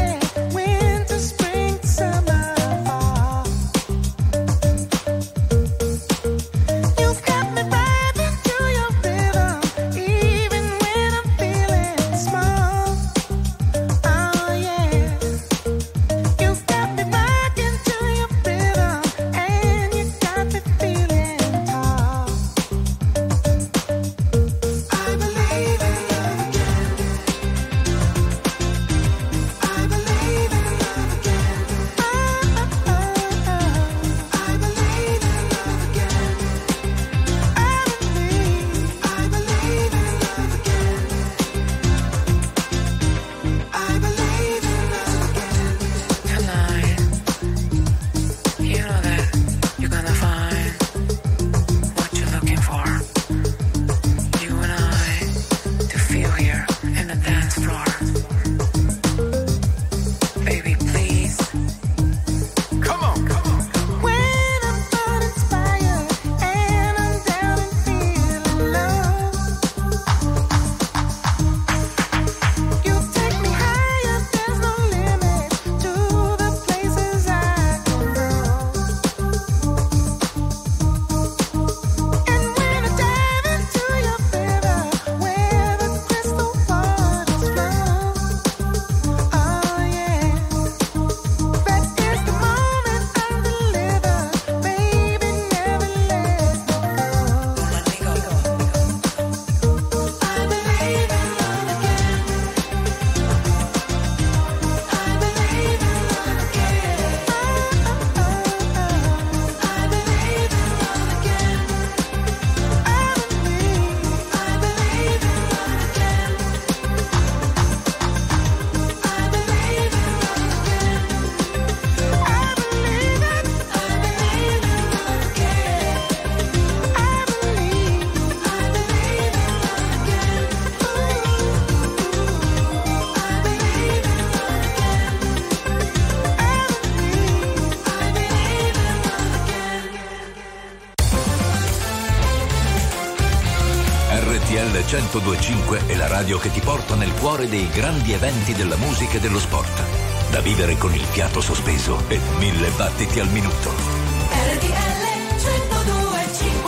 [SPEAKER 5] T L centodue e cinque è la radio che ti porta nel cuore dei grandi eventi della musica e dello sport. Da vivere con il fiato sospeso e mille battiti al minuto.
[SPEAKER 6] R T L centodue e cinque.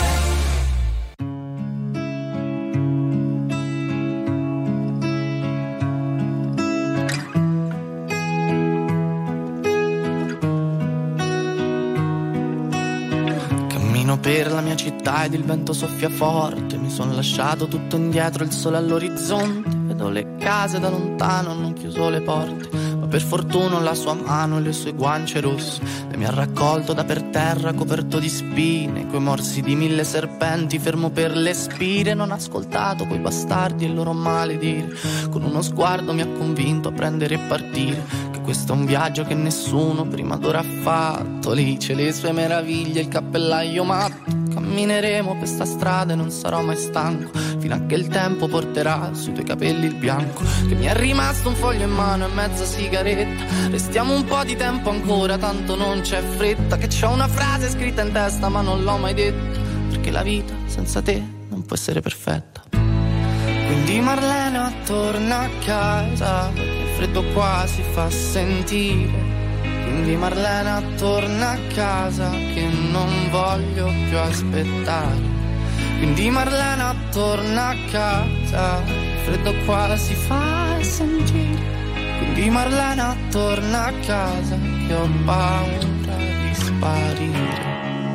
[SPEAKER 8] Per la mia città ed il vento soffia forte, mi son lasciato tutto indietro, il sole all'orizzonte, vedo le case da lontano, hanno chiuso le porte, ma per fortuna la sua mano e le sue guance rosse, e mi ha raccolto da per terra coperto di spine, coi morsi di mille serpenti, fermo per le spire, non ho ascoltato quei bastardi e il loro maledire, con uno sguardo mi ha convinto a prendere e partire, che questo è un viaggio che nessuno prima d'ora ha fatto, lì c'è le sue meraviglie, il cappellaio matto, cammineremo per sta strada e non sarò mai stanco, fino a che il tempo porterà sui tuoi capelli il bianco, che mi è rimasto un foglio in mano e mezza sigaretta, restiamo un po' di tempo ancora, tanto non c'è fretta, che c'ho una frase scritta in testa ma non l'ho mai detta, perché la vita senza te non può essere perfetta. Quindi Marlena torna a casa, il freddo qua si fa sentire. Quindi Marlena torna a casa che non voglio più aspettare. Quindi Marlena torna a casa, il freddo qua si fa sentire. Quindi Marlena torna a casa che ho paura di sparire.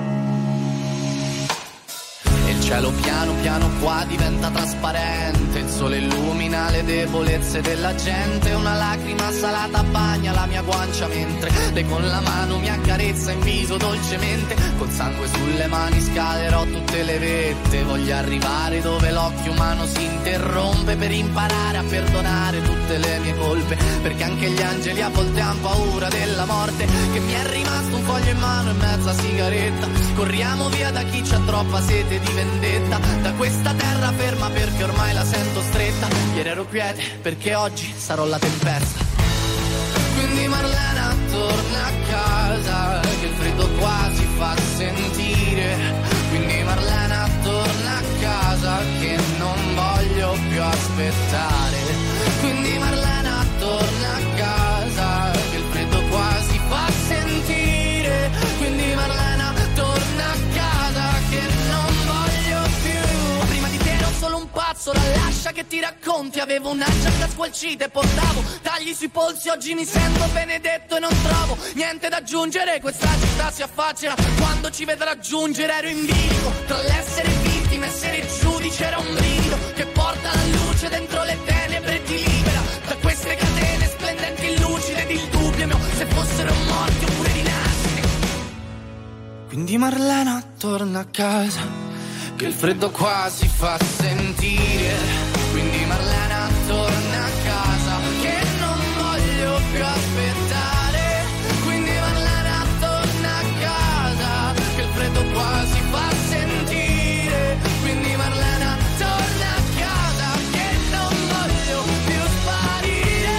[SPEAKER 8] Il cielo piano piano qua diventa trasparente, il sole illumina le debolezze della gente, una lacrima salata bagna la mia guancia mentre lei con la mano mi accarezza in viso dolcemente, col sangue sulle mani scalerò tutte le vette, voglio arrivare dove l'occhio umano si interrompe per imparare a perdonare tutte le mie colpe, perché anche gli angeli a volte han paura della morte, che mi è rimasto un foglio in mano e mezza sigaretta, corriamo via da chi c'ha troppa sete di vendetta, da questa terra ferma perché ormai la sento stretta, ieri ero quiete perché oggi sarò la tempesta. Quindi Marlena torna a casa che il freddo qua si fa sentire, quindi Marlena torna a casa che non voglio più aspettare, quindi Marlena torna a casa che il freddo qua si fa sentire, quindi Marlena torna a casa che non voglio più. Prima di te ero solo un pazzo, la lascia che ti racconti, avevo una giacca squalcita e portavo tagli sui polsi, oggi mi sento benedetto e non trovo niente da aggiungere, questa città si affaccia quando ci vedrà giungere, ero in bilico tra l'essere vittima e essere giudice, era un brivido che porta la luce dentro le tenebre e ti libera da queste catene splendenti, lucide ed il dubbio mio se fossero morti oppure rinascite. Quindi Marlena torna a casa che il freddo qua si fa sentire, quindi Marlena torna a casa che non voglio più aspettare, quindi Marlena torna a casa che il freddo qua si fa sentire, quindi Marlena torna a casa che non voglio più sparire.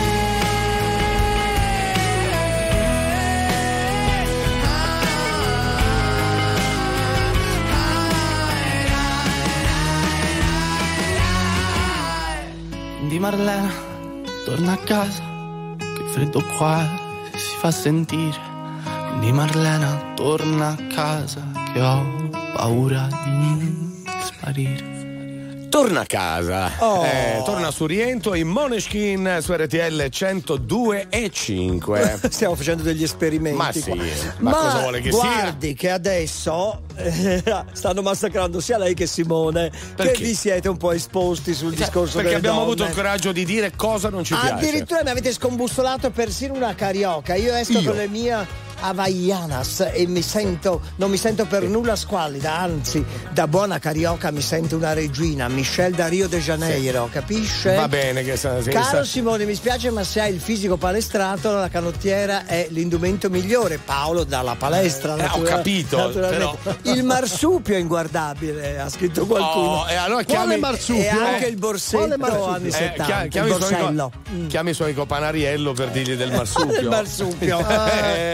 [SPEAKER 8] Quindi Marlena torna a casa che il freddo qua si fa sentire, quindi Marlena torna a casa che ho paura di sparire.
[SPEAKER 1] Torna a casa,
[SPEAKER 2] Oh.
[SPEAKER 1] eh, torna su rientro in Måneskin su R T L centodue e cinque.
[SPEAKER 2] Stiamo facendo degli esperimenti.
[SPEAKER 1] Ma sì,
[SPEAKER 2] qua.
[SPEAKER 1] ma cosa vuole che
[SPEAKER 2] guardi
[SPEAKER 1] sia?
[SPEAKER 2] che adesso eh, stanno massacrando sia lei che Simone,
[SPEAKER 1] Perché?
[SPEAKER 2] che vi siete un po' esposti sul discorso
[SPEAKER 1] Perché
[SPEAKER 2] delle
[SPEAKER 1] abbiamo
[SPEAKER 2] donne.
[SPEAKER 1] avuto il coraggio di dire cosa non ci piace.
[SPEAKER 2] Addirittura mi avete scombussolato persino una carioca. Io esco
[SPEAKER 1] Io?
[SPEAKER 2] con le mie Havaianas e mi sento, non mi sento per nulla squallida, anzi da buona carioca mi sento una regina, Michelle da Rio de Janeiro,
[SPEAKER 1] Sì.
[SPEAKER 2] capisce?
[SPEAKER 1] Va bene che sa, sì,
[SPEAKER 2] Caro
[SPEAKER 1] sa-
[SPEAKER 2] Simone, mi spiace ma se hai il fisico palestrato la canottiera è l'indumento migliore. Paolo dalla palestra,
[SPEAKER 1] Eh, ho
[SPEAKER 2] natura-
[SPEAKER 1] capito,
[SPEAKER 2] naturalmente.
[SPEAKER 1] però-
[SPEAKER 2] Il marsupio è inguardabile, ha scritto qualcuno.
[SPEAKER 1] Oh, e allora
[SPEAKER 2] Quale
[SPEAKER 1] chiami-
[SPEAKER 2] marsupio? E anche il
[SPEAKER 3] Quale
[SPEAKER 2] borsetto
[SPEAKER 3] marsupio?
[SPEAKER 2] anni
[SPEAKER 1] Eh,
[SPEAKER 2] settanta,
[SPEAKER 1] chia-
[SPEAKER 2] il
[SPEAKER 1] chiami, il suo
[SPEAKER 2] borsello.
[SPEAKER 1] amico, chiami il suo amico Panariello per dirgli del marsupio.
[SPEAKER 2] Del marsupio.
[SPEAKER 1] Eh,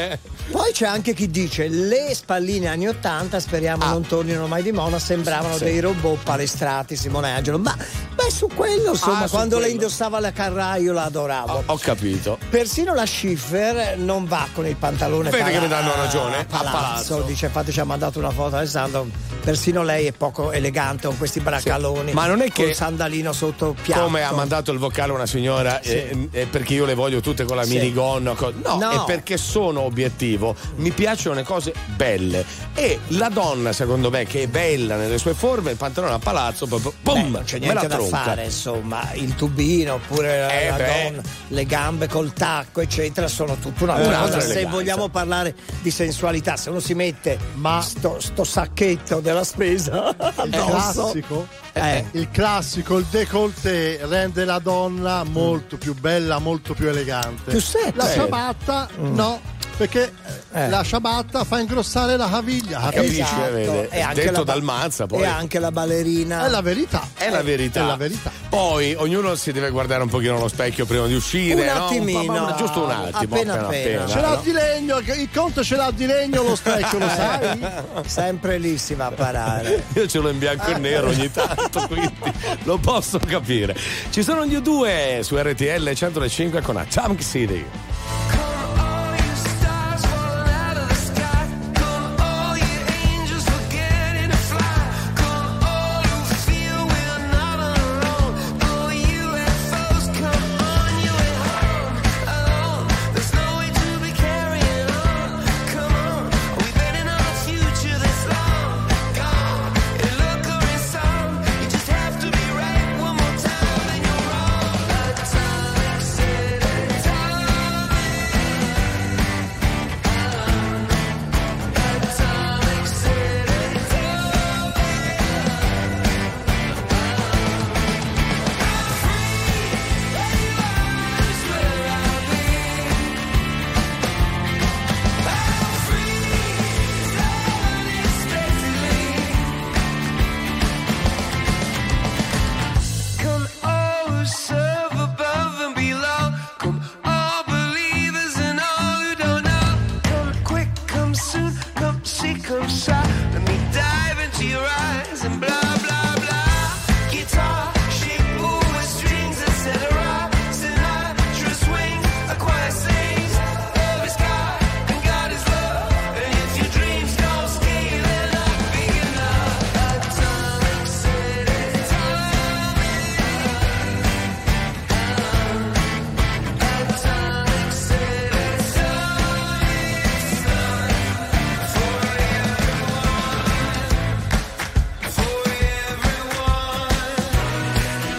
[SPEAKER 2] Poi c'è anche chi dice le spalline anni ottanta speriamo
[SPEAKER 1] Ah.
[SPEAKER 2] non tornino mai di moda, sembravano
[SPEAKER 1] Sì.
[SPEAKER 2] dei robot palestrati, Simone Angelo. Ma beh, su quello insomma,
[SPEAKER 1] Ah, su
[SPEAKER 2] quando
[SPEAKER 1] quello.
[SPEAKER 2] lei indossava la Carrà io la adoravo.
[SPEAKER 1] Ho, ho capito.
[SPEAKER 2] Persino la Schiffer non va con il pantalone
[SPEAKER 1] Vede
[SPEAKER 2] pala-
[SPEAKER 1] che mi danno ragione?
[SPEAKER 2] a
[SPEAKER 1] A
[SPEAKER 2] palazzo.
[SPEAKER 1] palazzo.
[SPEAKER 2] Dice, infatti ci ha mandato una foto Alessandro, persino lei è poco elegante con questi bracaloni.
[SPEAKER 1] Ma non è che-
[SPEAKER 2] col sandalino sotto piatto.
[SPEAKER 1] Come ha mandato il vocale una signora,
[SPEAKER 2] Sì.
[SPEAKER 1] eh, eh, perché io le voglio tutte con la
[SPEAKER 2] Sì.
[SPEAKER 1] minigonna. co- No,
[SPEAKER 2] No.
[SPEAKER 1] è perché sono obiettivo. Mi piacciono le cose belle. E la donna, secondo me, che è bella nelle sue forme, il pantalone a palazzo, proprio
[SPEAKER 2] Beh,
[SPEAKER 1] pum,
[SPEAKER 2] non c'è
[SPEAKER 1] me
[SPEAKER 2] niente
[SPEAKER 1] la
[SPEAKER 2] da
[SPEAKER 1] tronca.
[SPEAKER 2] fare, insomma, il tubino oppure la,
[SPEAKER 1] Eh
[SPEAKER 2] la
[SPEAKER 1] beh.
[SPEAKER 2] donna, le gambe col tacco, eccetera, sono tutta una
[SPEAKER 1] Eh,
[SPEAKER 2] cosa.
[SPEAKER 1] un'altra
[SPEAKER 2] Se
[SPEAKER 1] eleganza.
[SPEAKER 2] vogliamo parlare di sensualità, se uno si mette ma sto, sto sacchetto della spesa
[SPEAKER 3] Il
[SPEAKER 2] addosso,
[SPEAKER 3] classico,
[SPEAKER 2] eh,
[SPEAKER 3] il classico, il décolleté rende la donna molto più bella, molto più elegante.
[SPEAKER 2] Più sexy.
[SPEAKER 3] La
[SPEAKER 2] Eh.
[SPEAKER 3] ciabatta no, perché
[SPEAKER 2] Eh.
[SPEAKER 3] la ciabatta fa ingrossare la caviglia.
[SPEAKER 1] Capisci,
[SPEAKER 2] esatto.
[SPEAKER 1] eh, vede?
[SPEAKER 2] E anche
[SPEAKER 1] Detto
[SPEAKER 2] la ba-
[SPEAKER 1] dal Mazza, poi.
[SPEAKER 2] e anche la ballerina.
[SPEAKER 3] È la verità.
[SPEAKER 1] È la verità.
[SPEAKER 3] È la verità.
[SPEAKER 1] Poi ognuno si deve guardare un pochino allo specchio prima di uscire,
[SPEAKER 2] Un
[SPEAKER 1] no?
[SPEAKER 2] attimino,
[SPEAKER 1] Ma- ma- giusto un attimo,
[SPEAKER 2] appena
[SPEAKER 1] appena,
[SPEAKER 2] appena.
[SPEAKER 1] appena,
[SPEAKER 3] Ce l'ha
[SPEAKER 1] no?
[SPEAKER 3] di legno, il conto ce l'ha di legno lo specchio, lo sai?
[SPEAKER 2] Sempre lì si va a parare.
[SPEAKER 1] Io ce l'ho in bianco e nero ogni tanto, quindi lo posso capire. Ci sono gli U due su R T L centodue e cinque con Atomic City.
[SPEAKER 7] Come all who serve above and below. Come all believers and all who don't know. Come quick, come soon, come see, come shy. Let me dive into your eyes and blah, blah, blah. Guitar, shape, with strings, et cetera. Sinatra swing, a choir sings. Love is God and God is love. And if your dreams don't scale, they're not big enough. Atomic City, Atomic City, for everyone.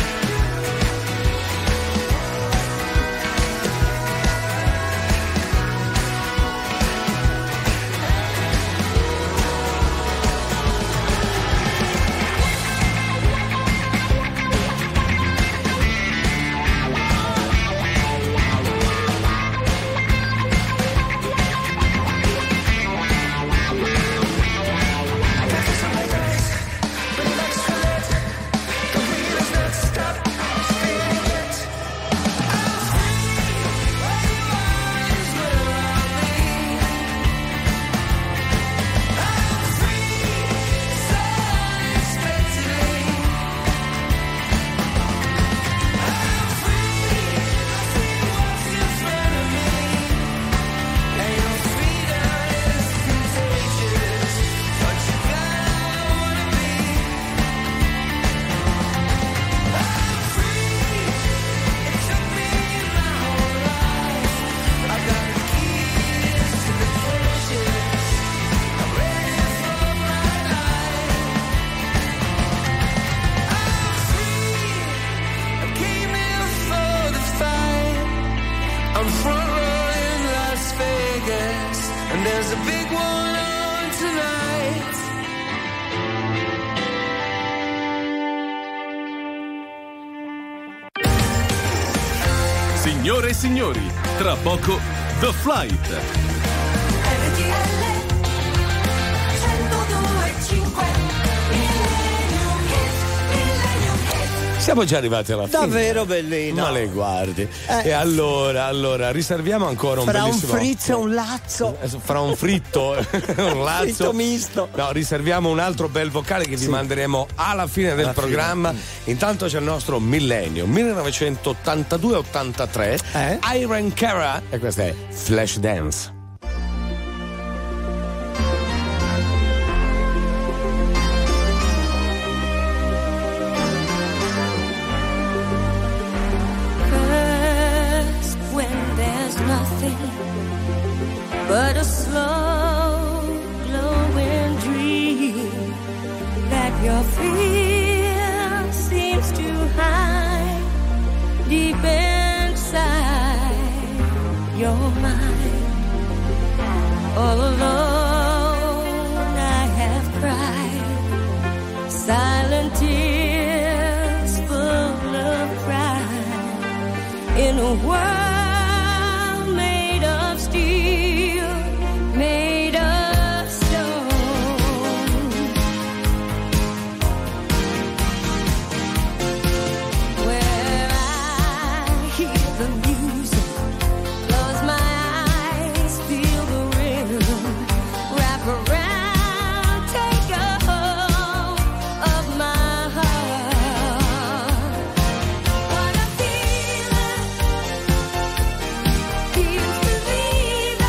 [SPEAKER 7] Came in for the fight. I'm front row in Las Vegas, and there's a big one on tonight.
[SPEAKER 9] Signore e signori, tra poco The Flight.
[SPEAKER 6] R T L centodue e cinque Millennium Hit, Millennium Hit.
[SPEAKER 1] Siamo già arrivati alla fine.
[SPEAKER 2] Davvero bellino.
[SPEAKER 1] Ma le guardi.
[SPEAKER 2] Eh.
[SPEAKER 1] E allora, allora, riserviamo ancora un
[SPEAKER 2] fra
[SPEAKER 1] bellissimo.
[SPEAKER 2] un frizzo e un lazzo.
[SPEAKER 1] Fra un fritto e un lazzo.
[SPEAKER 2] Fritto misto.
[SPEAKER 1] No, riserviamo un altro bel vocale che
[SPEAKER 2] Sì.
[SPEAKER 1] vi manderemo alla fine del
[SPEAKER 2] Alla
[SPEAKER 1] programma.
[SPEAKER 2] fine.
[SPEAKER 1] Intanto c'è il nostro millennio millenovecentottantadue ottantatré.
[SPEAKER 2] Eh?
[SPEAKER 1] Irene Cara. E questa è Flashdance.
[SPEAKER 16] But a slow glowing dream that your fear seems to hide deep inside your mind. All alone I have cried silent tears full of pride in a world made of stone, where I hear the music, close my eyes, feel the rhythm, wrap around, take a hold of my heart. What I feel, feels believing.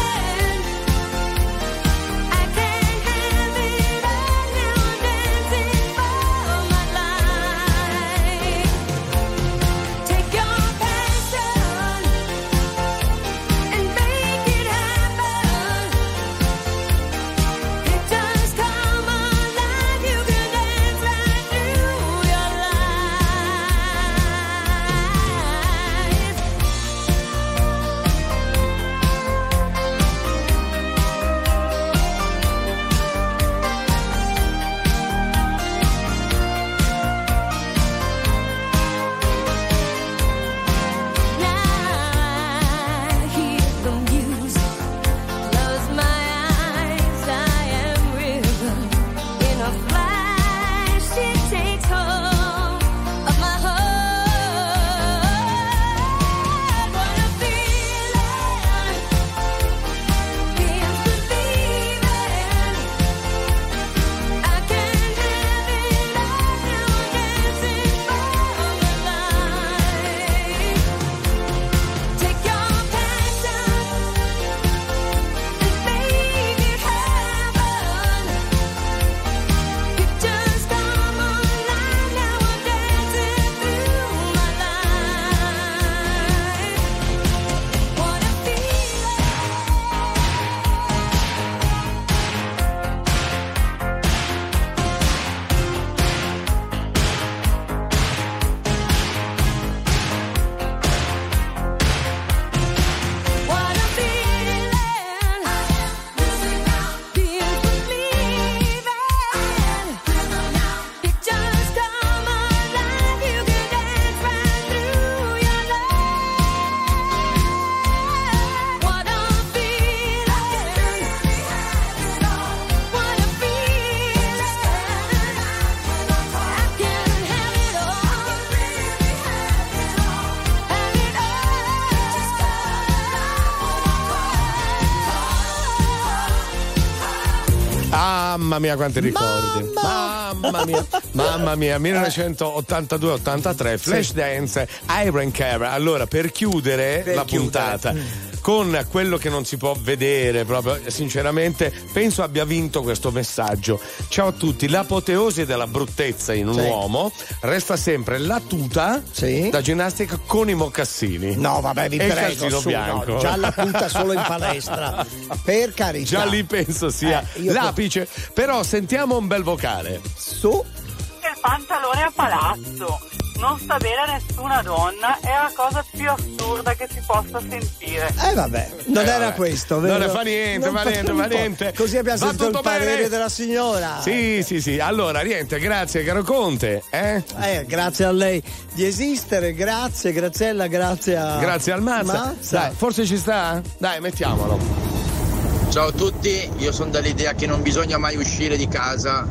[SPEAKER 1] Mamma mia quanti ricordi.
[SPEAKER 2] Mamma,
[SPEAKER 1] Mamma mia. Mamma mia, millenovecentottantadue ottantatré, Flashdance, Irene Cara. Allora, per chiudere
[SPEAKER 2] Per
[SPEAKER 1] la
[SPEAKER 2] chiudere.
[SPEAKER 1] puntata con quello che non si può vedere, proprio sinceramente penso abbia vinto questo messaggio. Ciao a tutti, l'apoteosi della bruttezza in un
[SPEAKER 2] Sì.
[SPEAKER 1] uomo resta sempre la tuta
[SPEAKER 2] Sì.
[SPEAKER 1] da ginnastica con i mocassini.
[SPEAKER 2] No, vabbè, vi
[SPEAKER 1] e il
[SPEAKER 2] prego,
[SPEAKER 1] calzino
[SPEAKER 2] su,
[SPEAKER 1] bianco.
[SPEAKER 2] no, già la punta solo in palestra. Per carità.
[SPEAKER 1] Già lì penso sia
[SPEAKER 2] Eh, io
[SPEAKER 1] l'apice. Però sentiamo un bel vocale.
[SPEAKER 2] Su.
[SPEAKER 11] Il pantalone a palazzo non sta bene a nessuna donna, è la cosa più assurda che si possa sentire.
[SPEAKER 2] Eh vabbè, non
[SPEAKER 1] Eh,
[SPEAKER 2] era
[SPEAKER 1] vabbè.
[SPEAKER 2] questo,
[SPEAKER 1] Non
[SPEAKER 2] vero?
[SPEAKER 1] ne fa niente,
[SPEAKER 2] Non
[SPEAKER 1] fa niente, fa
[SPEAKER 2] un po'.
[SPEAKER 1] niente.
[SPEAKER 2] Così abbiamo
[SPEAKER 1] Va
[SPEAKER 2] sentito il
[SPEAKER 1] tutto
[SPEAKER 2] parere
[SPEAKER 1] bene?
[SPEAKER 2] della signora.
[SPEAKER 1] Sì, sì, sì. Allora, niente, grazie caro Conte. Eh?
[SPEAKER 2] Eh, grazie a lei di esistere, grazie Graziella, grazie a
[SPEAKER 1] Grazie al Mazza.
[SPEAKER 2] Mazza.
[SPEAKER 1] Dai, forse ci sta? Dai, mettiamolo.
[SPEAKER 22] Ciao a tutti, io sono dell'idea che non bisogna mai uscire di casa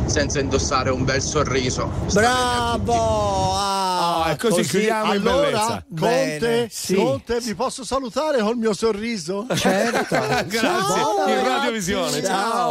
[SPEAKER 14] senza indossare un bel sorriso. Sta
[SPEAKER 2] Bravo! Ah,
[SPEAKER 1] e così, chiudiamo in bellezza.
[SPEAKER 3] Allora, Conte,
[SPEAKER 2] Bene, sì.
[SPEAKER 3] Conte, vi posso salutare col mio sorriso?
[SPEAKER 2] Certo.
[SPEAKER 1] Grazie,
[SPEAKER 2] Ciao,
[SPEAKER 1] in
[SPEAKER 2] ragazzi.
[SPEAKER 1] radiovisione.
[SPEAKER 2] Ciao.